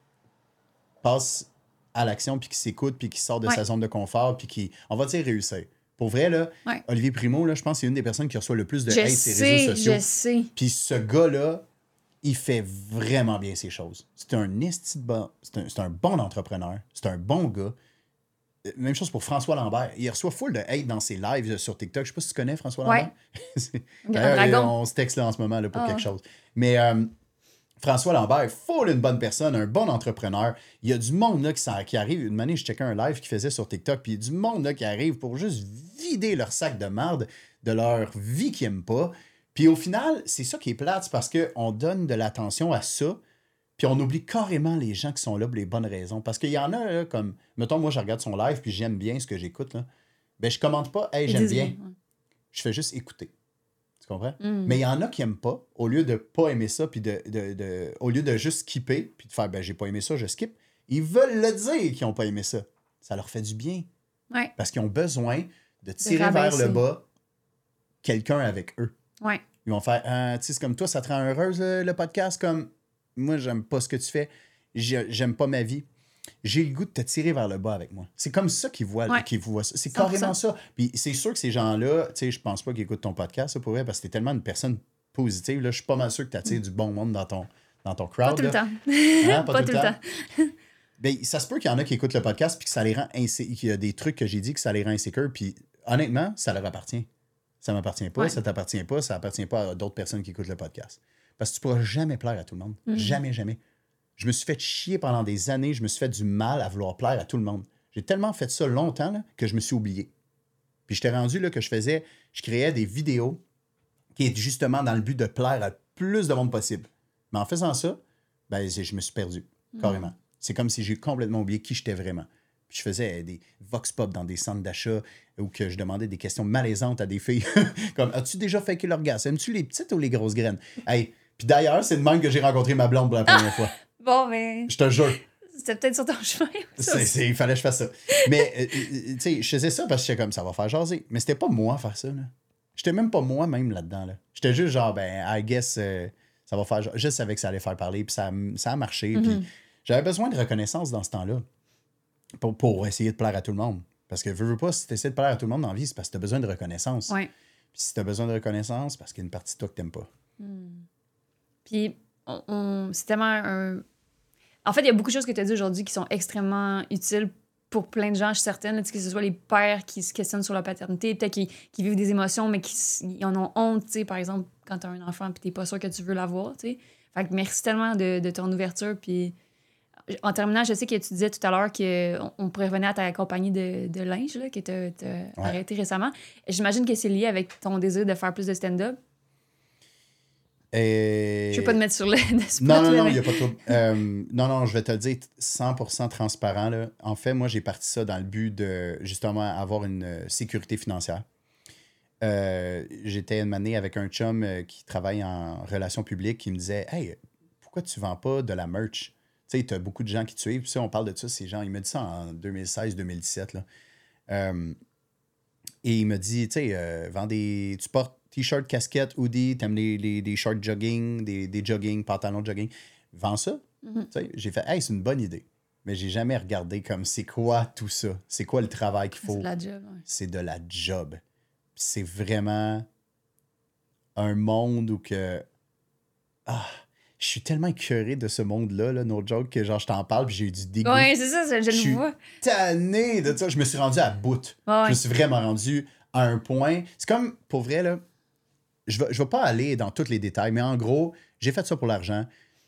passe à l'action, puis qui s'écoute, puis qui sort de Ouais. sa zone de confort, puis qui, on va dire, réussir. Pour vrai, là, Ouais. Olivier Primo, là, je pense que c'est une des personnes qui reçoit le plus de Je hate sur les sais, réseaux sociaux. je sais. Puis ce gars-là, il fait vraiment bien ses choses. C'est un esti de bon, c'est un, c'est un bon entrepreneur. C'est un bon gars. Euh, Même chose pour François Lambert. Il reçoit full de hate dans ses lives sur TikTok. Je sais pas si tu connais François Ouais. Lambert. C'est- Un D'ailleurs, dragon. on se texte là en ce moment là, pour Ah. quelque chose. Mais euh, François Lambert, full une bonne personne, un bon entrepreneur. Il y a du monde là, qui, s'en- qui arrive. Une année, je checkais un live qu'il faisait sur TikTok, puis il y a du monde là, qui arrive pour juste vider leur sac de marde de leur vie qu'ils n'aiment pas. Puis au final, c'est ça qui est plate, c'est parce qu'on donne de l'attention à ça, puis on oublie carrément les gens qui sont là pour les bonnes raisons. Parce qu'il y en a, là, comme, mettons, moi, je regarde son live, puis j'aime bien ce que j'écoute, là. Ben, je commente pas, hey, Ils j'aime disent bien. ouais. Je fais juste écouter. Tu comprends? Mm. Mais il y en a qui n'aiment pas, au lieu de pas aimer ça, puis de, de, de- au lieu de juste skipper, puis de faire, ben, j'ai pas aimé ça, je skip, ils veulent le dire qu'ils n'ont pas aimé ça. Ça leur fait du bien. Ouais. Parce qu'ils ont besoin de tirer vers rabaisser. le bas quelqu'un avec eux. Ouais. Ils vont faire, ah, tu sais, c'est comme toi, ça te rend heureuse le, le podcast, comme moi, j'aime pas ce que tu fais, J'ai- j'aime pas ma vie. J'ai le goût de te tirer vers le bas avec moi. C'est comme ça qu'ils voient, Ouais. qu'ils voient ça. C'est cent pour cent. carrément ça. Puis c'est sûr que ces gens-là, tu sais, je pense pas qu'ils écoutent ton podcast, ça, pour vrai, parce que t'es tellement une personne positive. Là, je suis pas mal sûr que tu attires du bon monde dans ton, dans ton crowd. Pas tout le là. temps. Hein, Pas, tout le temps. Ben, ça se peut qu'il y en a qui écoutent le podcast puis que ça les rend insécures. Qu'il y a des trucs que j'ai dit que ça les rend insécures. Puis honnêtement, ça leur appartient. Ça m'appartient pas, Ouais. ça t'appartient pas, ça appartient pas à d'autres personnes qui écoutent le podcast. Parce que tu pourras jamais plaire à tout le monde. Mhm. Jamais, jamais. Je me suis fait chier pendant des années, je me suis fait du mal à vouloir plaire à tout le monde. J'ai tellement fait ça longtemps là, que je me suis oublié. Puis j'étais rendu là que je faisais, je créais des vidéos qui étaient justement dans le but de plaire à plus de monde possible. Mais en faisant ça, ben, je me suis perdu, carrément. C'est comme si j'ai complètement oublié qui j'étais vraiment. Puis je faisais des vox pop dans des centres d'achat où que je demandais des questions malaisantes à des filles. Comme, as-tu déjà fait l'orgasme? Aimes-tu les petites ou les grosses graines? Hey, puis d'ailleurs, c'est de même que j'ai rencontré ma blonde pour la première fois. Bon, mais Je te jure. c'était peut-être sur ton chemin. ça C'est, aussi. c'est- il fallait que je fasse ça. Mais, euh, euh, tu sais, je faisais ça parce que j'étais comme, ça va faire jaser. Mais c'était pas moi faire ça, là. J'étais même pas moi-même là-dedans, là. J'étais juste genre, ben, I guess, euh, ça va faire jaser. Je savais que ça allait faire parler, puis ça, a- ça a marché. Puis Mhm. j'avais besoin de reconnaissance dans ce temps-là pour, pour essayer de plaire à tout le monde. Parce que, veux, veux pas, si tu essaies de plaire à tout le monde dans la vie, c'est parce que tu as besoin de reconnaissance. Ouais. Puis si tu as besoin de reconnaissance, parce qu'il y a une partie de toi que tu pas. Puis, on, on- c'est tellement un. En fait, il y a beaucoup de choses que tu as dit aujourd'hui qui sont extrêmement utiles pour plein de gens, je suis certaine. Là, tu sais, que ce soit les pères qui se questionnent sur la paternité, peut-être qui, qui vivent des émotions, mais qui s- ils en ont honte, tu sais, par exemple, quand tu as un enfant et tu n'es pas sûr que tu veux l'avoir. Tu sais. Fait que merci tellement de, de ton ouverture. Puis, en terminant, je sais que tu disais tout à l'heure qu'on on pourrait revenir à ta compagnie de, de linge là, que tu as arrêté récemment. J'imagine que c'est lié avec ton désir de faire plus de stand-up. Et... Je veux pas te mettre sur le spot, Non, non, là, non, mais- il n'y a pas de trouble. Euh, non, non, je vais te le dire cent pour cent transparent. Là. En fait, moi, j'ai parti ça dans le but de, justement, avoir une euh, sécurité financière. Euh, j'étais une année avec un chum euh, qui travaille en relations publiques qui me disait « Hey, pourquoi tu vends pas de la merch? » Tu sais, tu as beaucoup de gens qui te suivent. Puis ça, on parle de ça, ces gens. Il me dit ça en deux mille seize deux mille dix-sept. Là. Euh, et il me dit, tu sais, euh, vends des... Tu portes t-shirt, casquette, hoodie, t'aimes les, les, des shorts jogging, des, des jogging, pantalons de jogging. Vends ça. Mhm. Tu sais, j'ai fait, hey, c'est une bonne idée. Mais j'ai jamais regardé comme c'est quoi tout ça. C'est quoi le travail qu'il faut. C'est de la job. Ouais. C'est de la job. Puis c'est vraiment un monde où que... Ah, je suis tellement écœuré de ce monde-là, là, no joke, que genre, je t'en parle puis j'ai eu du dégoût. Ouais, c'est ça, je Je le suis vois. tanné de ça. Je me suis rendu à bout. Ouais, ouais. Je me suis vraiment rendu à un point. C'est comme, pour vrai, là, je ne vais, je vais pas aller dans tous les détails, mais en gros, j'ai fait ça pour l'argent.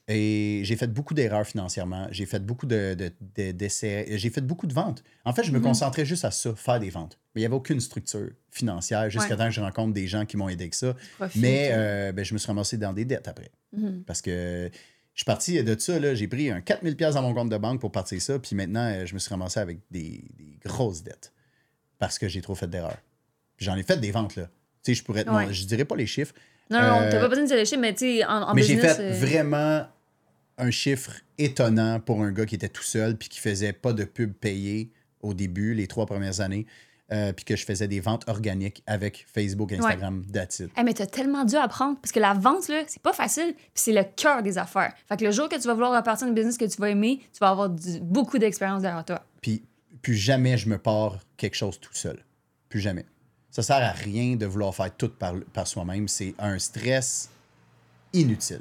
Et j'ai fait beaucoup d'erreurs financièrement. J'ai fait beaucoup de, de, de, d'essais. J'ai fait beaucoup de ventes. En fait, je me mm-hmm. concentrais juste à ça, faire des ventes. Mais il n'y avait aucune structure financière jusqu'à ouais. temps que je rencontre des gens qui m'ont aidé avec ça. Profite, Mais euh, ben, je me suis ramassé dans des dettes après. Mm-hmm. Parce que je suis parti de ça. Là, j'ai pris un quatre mille dollars dans mon compte de banque pour partir ça. Puis maintenant, je me suis ramassé avec des, des grosses dettes. Parce que j'ai trop fait d'erreurs. Puis j'en ai fait des ventes, là. Tu sais, je pourrais... Ouais. Non, je dirais pas les chiffres. Non, non, euh, t'as pas besoin de dire les chiffres, mais tu sais, en, en mais business... Mais j'ai fait euh... vraiment un chiffre étonnant pour un gars qui était tout seul puis qui faisait pas de pub payée au début, les trois premières années, euh, puis que je faisais des ventes organiques avec Facebook, Instagram, ouais. That's it. Hey, mais t'as tellement dû apprendre, parce que la vente, là, c'est pas facile, puis c'est le cœur des affaires. Fait que le jour que tu vas vouloir repartir une business que tu vas aimer, tu vas avoir du, beaucoup d'expérience derrière toi. Puis plus jamais je me pars quelque chose tout seul. Plus jamais. Ça sert à rien de vouloir faire tout par, par soi-même. C'est un stress inutile.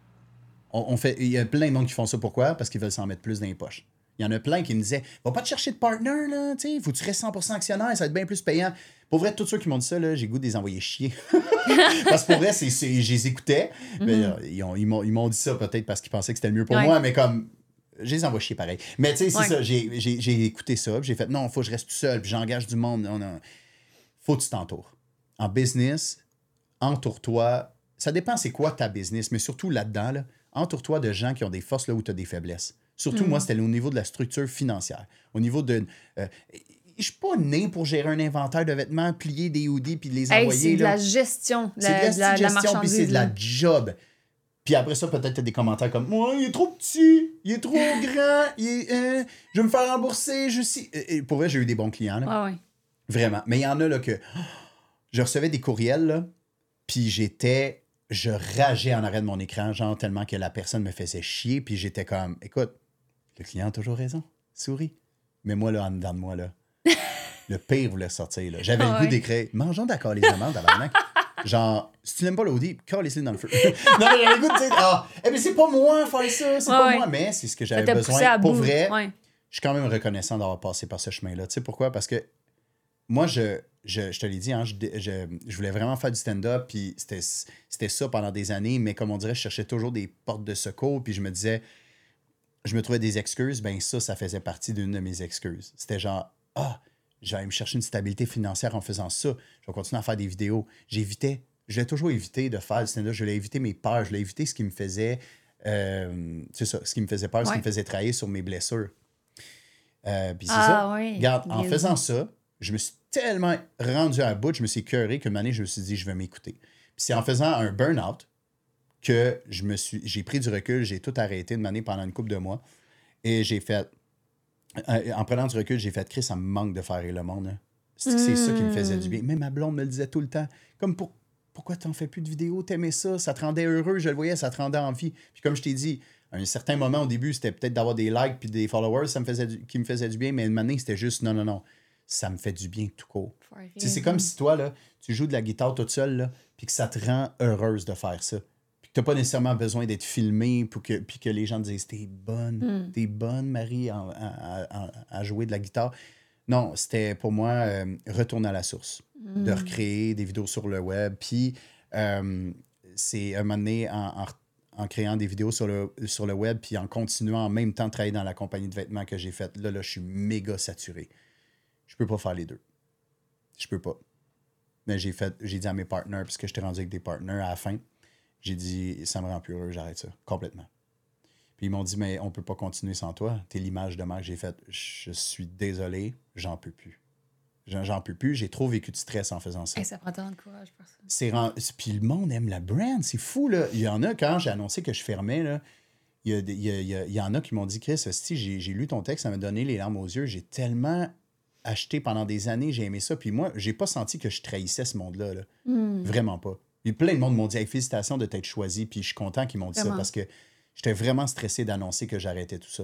On, on fait, il y a plein de monde qui font ça. Pourquoi? Parce qu'ils veulent s'en mettre plus dans les poches. Il y en a plein qui me disaient « Va pas te chercher de partner, là, tu sais, faut que tu restes cent pour cent actionnaire, ça va être bien plus payant. » Pour vrai, tous ceux qui m'ont dit ça, là, j'ai goût de les envoyer chier. Parce que pour vrai, c'est, c'est, je les écoutais. Mm-hmm. Mais, euh, ils, ont, ils, m'ont, ils m'ont dit ça peut-être parce qu'ils pensaient que c'était le mieux pour ouais. moi, mais comme... Je les envoie chier pareil. Mais tu sais, c'est ouais. ça, j'ai, j'ai, j'ai écouté ça, puis j'ai fait « Non, faut que je reste tout seul, puis j'engage du monde. Non, non. » Faut que tu t'entoures. En business, entoure-toi. Ça dépend c'est quoi ta business, mais surtout là-dedans, là, entoure-toi de gens qui ont des forces là où tu as des faiblesses. Surtout, mm. moi, c'était au niveau de la structure financière. Au niveau de... Euh, je suis pas né pour gérer un inventaire de vêtements, plier des hoodies puis les hey, envoyer. C'est de là. la gestion. C'est la, de la, la gestion, puis c'est de la job. Puis après ça, peut-être tu as des commentaires comme « Ouais, il est trop petit, il est trop grand, il est, euh, je vais me faire rembourser, je sais... » Et pour vrai, j'ai eu des bons clients. Là. Ah ouais. Vraiment. Mais il y en a là que... Oh, je recevais des courriels, là, puis j'étais... Je rageais en arrêt de mon écran, genre tellement que la personne me faisait chier, puis j'étais comme, écoute, le client a toujours raison, souris. Mais moi, là, en dedans de moi, là, le pire voulait sortir, là. J'avais oh, le goût ouais. d'écrire, mangeons d'accord les demandes avant la genre, si tu n'aimes pas l'Audi, calez-le dans le feu. Non, mais j'avais le goût de dire, ah, eh bien, c'est pas moi faire ça, c'est ouais, pas ouais. moi, mais c'est ce que j'avais besoin. Pour vrai, ouais. je suis quand même reconnaissant d'avoir passé par ce chemin-là. Tu sais pourquoi? Parce que moi, je... Je, je te l'ai dit, hein, je, je, je voulais vraiment faire du stand-up, puis c'était, c'était ça pendant des années, mais comme on dirait, je cherchais toujours des portes de secours, puis je me disais, je me trouvais des excuses, ben ça, ça faisait partie d'une de mes excuses. C'était genre, ah, j'allais me chercher une stabilité financière en faisant ça, je vais continuer à faire des vidéos. J'évitais, je l'ai toujours évité de faire du stand-up, je l'ai évité mes peurs, je l'ai évité ce qui me faisait, euh, c'est ça, ce qui me faisait peur, ouais. ce qui me faisait travailler sur mes blessures. Euh, puis c'est ah, ça, oui. Regarde, en faisant ça, je me suis tellement rendu à bout, je me suis écœuré qu'une année, je me suis dit, je vais m'écouter. Puis c'est en faisant un burn-out que je me suis, j'ai pris du recul, j'ai tout arrêté une année pendant une couple de mois. Et j'ai fait, en prenant du recul, j'ai fait, Chris, ça me manque de faire rire le monde. Hein. C'est, mmh. c'est ça qui me faisait du bien. Même ma blonde me le disait tout le temps. Comme, pour, pourquoi tu n'en fais plus de vidéos? T'aimais ça? Ça te rendait heureux, je le voyais, ça te rendait envie. Puis comme je t'ai dit, à un certain moment au début, c'était peut-être d'avoir des likes puis des followers ça me faisait du, qui me faisait du bien. Mais une année, c'était juste, non, non, non. Ça me fait du bien tout court. C'est comme si toi, là, tu joues de la guitare toute seule, là, puis que ça te rend heureuse de faire ça. Puis que tu n'as pas nécessairement besoin d'être filmé pour que, puis que les gens te disent « T'es bonne, mm. t'es bonne, Marie, à, à, à, à jouer de la guitare. » Non, c'était pour moi euh, retourner à la source, mm. de recréer des vidéos sur le web. Puis euh, c'est un moment donné, en, en, en créant des vidéos sur le, sur le web, puis en continuant en même temps de travailler dans la compagnie de vêtements que j'ai faite, là, là, je suis méga saturé. Je peux pas faire les deux. Je peux pas. Mais j'ai fait, j'ai dit à mes partenaires, parce que j'étais rendu avec des partenaires à la fin, j'ai dit, ça me rend plus heureux, j'arrête ça, complètement. Puis ils m'ont dit, mais on peut pas continuer sans toi. T'es l'image de marque. J'ai fait, je suis désolé, j'en peux plus. J'en, j'en peux plus, j'ai trop vécu de stress en faisant ça. Hey, ça prend tant de courage pour ça. C'est rend... Puis le monde aime la brand, c'est fou, là. Il y en a, quand j'ai annoncé que je fermais, là, il y, a, il, y a, il, y a, il y en a qui m'ont dit, Chris, si j'ai, j'ai lu ton texte, ça m'a donné les larmes aux yeux. J'ai tellement acheté pendant des années, j'ai aimé ça. Puis moi, j'ai pas senti que je trahissais ce monde-là. Là. Mm. Vraiment pas. Puis plein de monde m'ont dit hey, félicitations de t'être choisi. Puis je suis content qu'ils m'ont dit vraiment. Ça parce que j'étais vraiment stressé d'annoncer que j'arrêtais tout ça.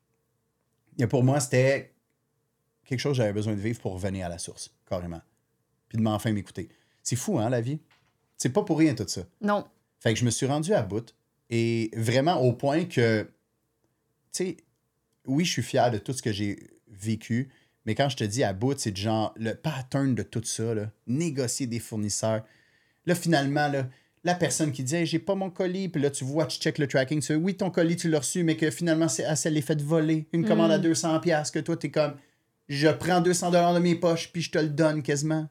Et pour moi, c'était quelque chose que j'avais besoin de vivre pour revenir à la source, carrément. Puis de m'enfin m'écouter. C'est fou, hein, la vie? C'est pas pour rien tout ça. Non. Fait que je me suis rendu à bout. Et vraiment au point que, tu sais, oui, je suis fier de tout ce que j'ai vécu. Mais quand je te dis à bout, c'est du genre le pattern de tout ça, là, négocier des fournisseurs. Là, finalement, là, la personne qui dit hey, j'ai pas mon colis, puis là, tu vois, tu check le tracking, tu dis oui, ton colis, tu l'as reçu, mais que finalement, c'est, elle s'est fait voler. Une commande mm. à deux cents dollars, que toi, t'es comme, je prends deux cents dollars de mes poches, puis je te le donne quasiment.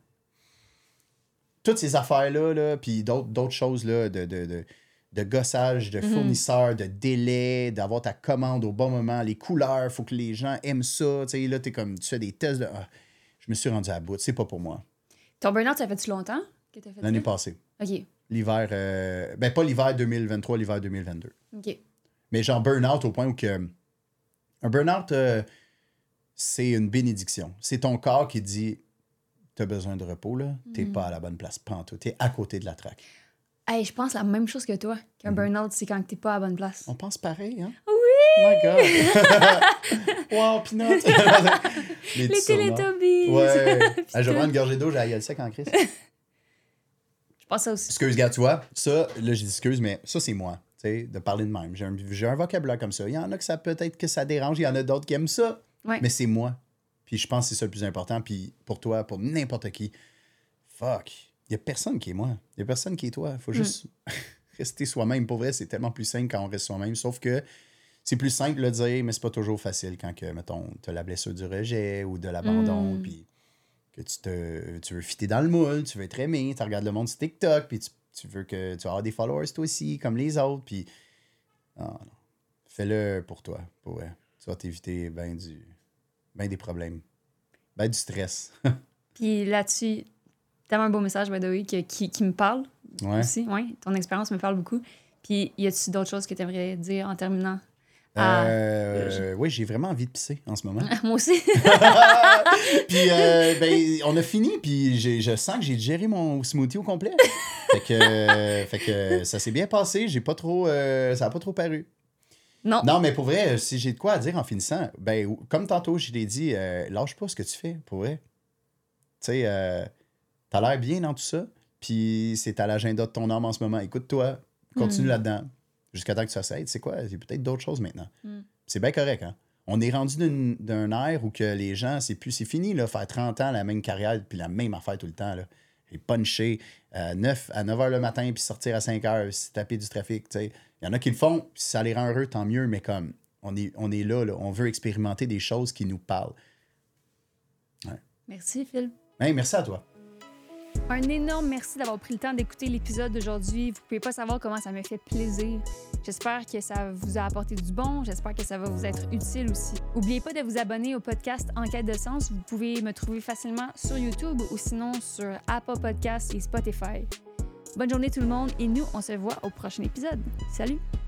Toutes ces affaires-là, là, puis d'autres, d'autres choses là, de, de, de, de gossage, de fournisseurs, mm-hmm. de délai, d'avoir ta commande au bon moment, les couleurs, il faut que les gens aiment ça. Tu sais, là, t'es comme, tu fais des tests de. Ah, je me suis rendu à bout, c'est pas pour moi. Ton burn-out, ça fait-tu longtemps que t'as fait L'année ça? passée. OK. L'hiver, euh, ben pas l'hiver deux mille vingt-trois, l'hiver deux mille vingt-deux. OK. Mais genre burn-out au point où que. Un burn-out, euh, c'est une bénédiction. C'est ton corps qui dit. T'as besoin de repos, là. T'es mm. pas à la bonne place. Pantoute. T'es à côté de la traque. Hey, je pense la même chose que toi. Qu'un mm. burn-out, c'est quand t'es pas à la bonne place. On pense pareil, hein? Oui! Oh my God! Wow, Pinot! Les, Les Teletubbies! Ouais. Ah, je vais prendre une gorgée d'eau, j'ai la gueule sec en crise. Je pense ça aussi. Excuse, gars, tu vois, ça, là, j'ai dit excuse, mais ça, c'est moi, tu sais, de parler de même. J'ai un, j'ai un vocabulaire comme ça. Il y en a que ça peut-être que ça dérange, il y en a d'autres qui aiment ça. Ouais. Mais c'est moi. Puis je pense que c'est ça le plus important. Puis pour toi, pour n'importe qui, fuck, il n'y a personne qui est moi. Il n'y a personne qui est toi. Il faut juste mm. rester soi-même. Pour vrai, c'est tellement plus simple quand on reste soi-même. Sauf que c'est plus simple de le dire, mais c'est pas toujours facile quand, que, mettons, tu as la blessure du rejet ou de l'abandon. Mm. Puis que tu, te, tu veux fitter dans le moule, tu veux être aimé, tu regardes le monde sur TikTok, puis tu, tu veux que tu aies des followers toi aussi, comme les autres. Puis non, non. Fais-le pour toi. Pour vrai. Tu vas t'éviter ben du... Ben des problèmes. Ben du stress. Puis là-dessus, tellement un beau message, by the way, qui, qui, qui me parle ouais. aussi. Ouais, ton expérience me parle beaucoup. Puis y a-tu d'autres choses que tu aimerais dire en terminant? Euh, je... Oui, j'ai vraiment envie de pisser en ce moment. Moi aussi. Puis euh, ben, on a fini, puis j'ai, je sens que j'ai digéré mon smoothie au complet. Fait que, euh, fait que ça s'est bien passé. J'ai pas trop, euh, ça n'a pas trop paru. Non. Non, mais pour vrai, si j'ai de quoi à dire en finissant, ben, comme tantôt, je l'ai dit, euh, lâche pas ce que tu fais, pour vrai. Tu sais, euh, t'as l'air bien dans tout ça, puis c'est à l'agenda de ton âme en ce moment. Écoute-toi, continue mm. là-dedans, jusqu'à temps que ça s'aide. C'est quoi? C'est peut-être d'autres choses maintenant. Mm. C'est bien correct, hein? On est rendu d'une, d'un air où que les gens, c'est plus, c'est fini, là, faire trente ans, la même carrière, puis la même affaire tout le temps, là. Et puncher euh, neuf à neuf heures le matin, puis sortir à cinq heures, puis taper du trafic, tu sais. Il y en a qui le font, puis si ça les rend heureux, tant mieux, mais comme on est, on est là, là, on veut expérimenter des choses qui nous parlent. Ouais. Merci, Phil. Hey, merci à toi. Un énorme merci d'avoir pris le temps d'écouter l'épisode d'aujourd'hui. Vous pouvez pas savoir comment ça me fait plaisir. J'espère que ça vous a apporté du bon. J'espère que ça va vous être utile aussi. N'oubliez pas de vous abonner au podcast En quête de sens. Vous pouvez me trouver facilement sur YouTube ou sinon sur Apple Podcasts et Spotify. Bonne journée tout le monde et nous, on se voit au prochain épisode. Salut!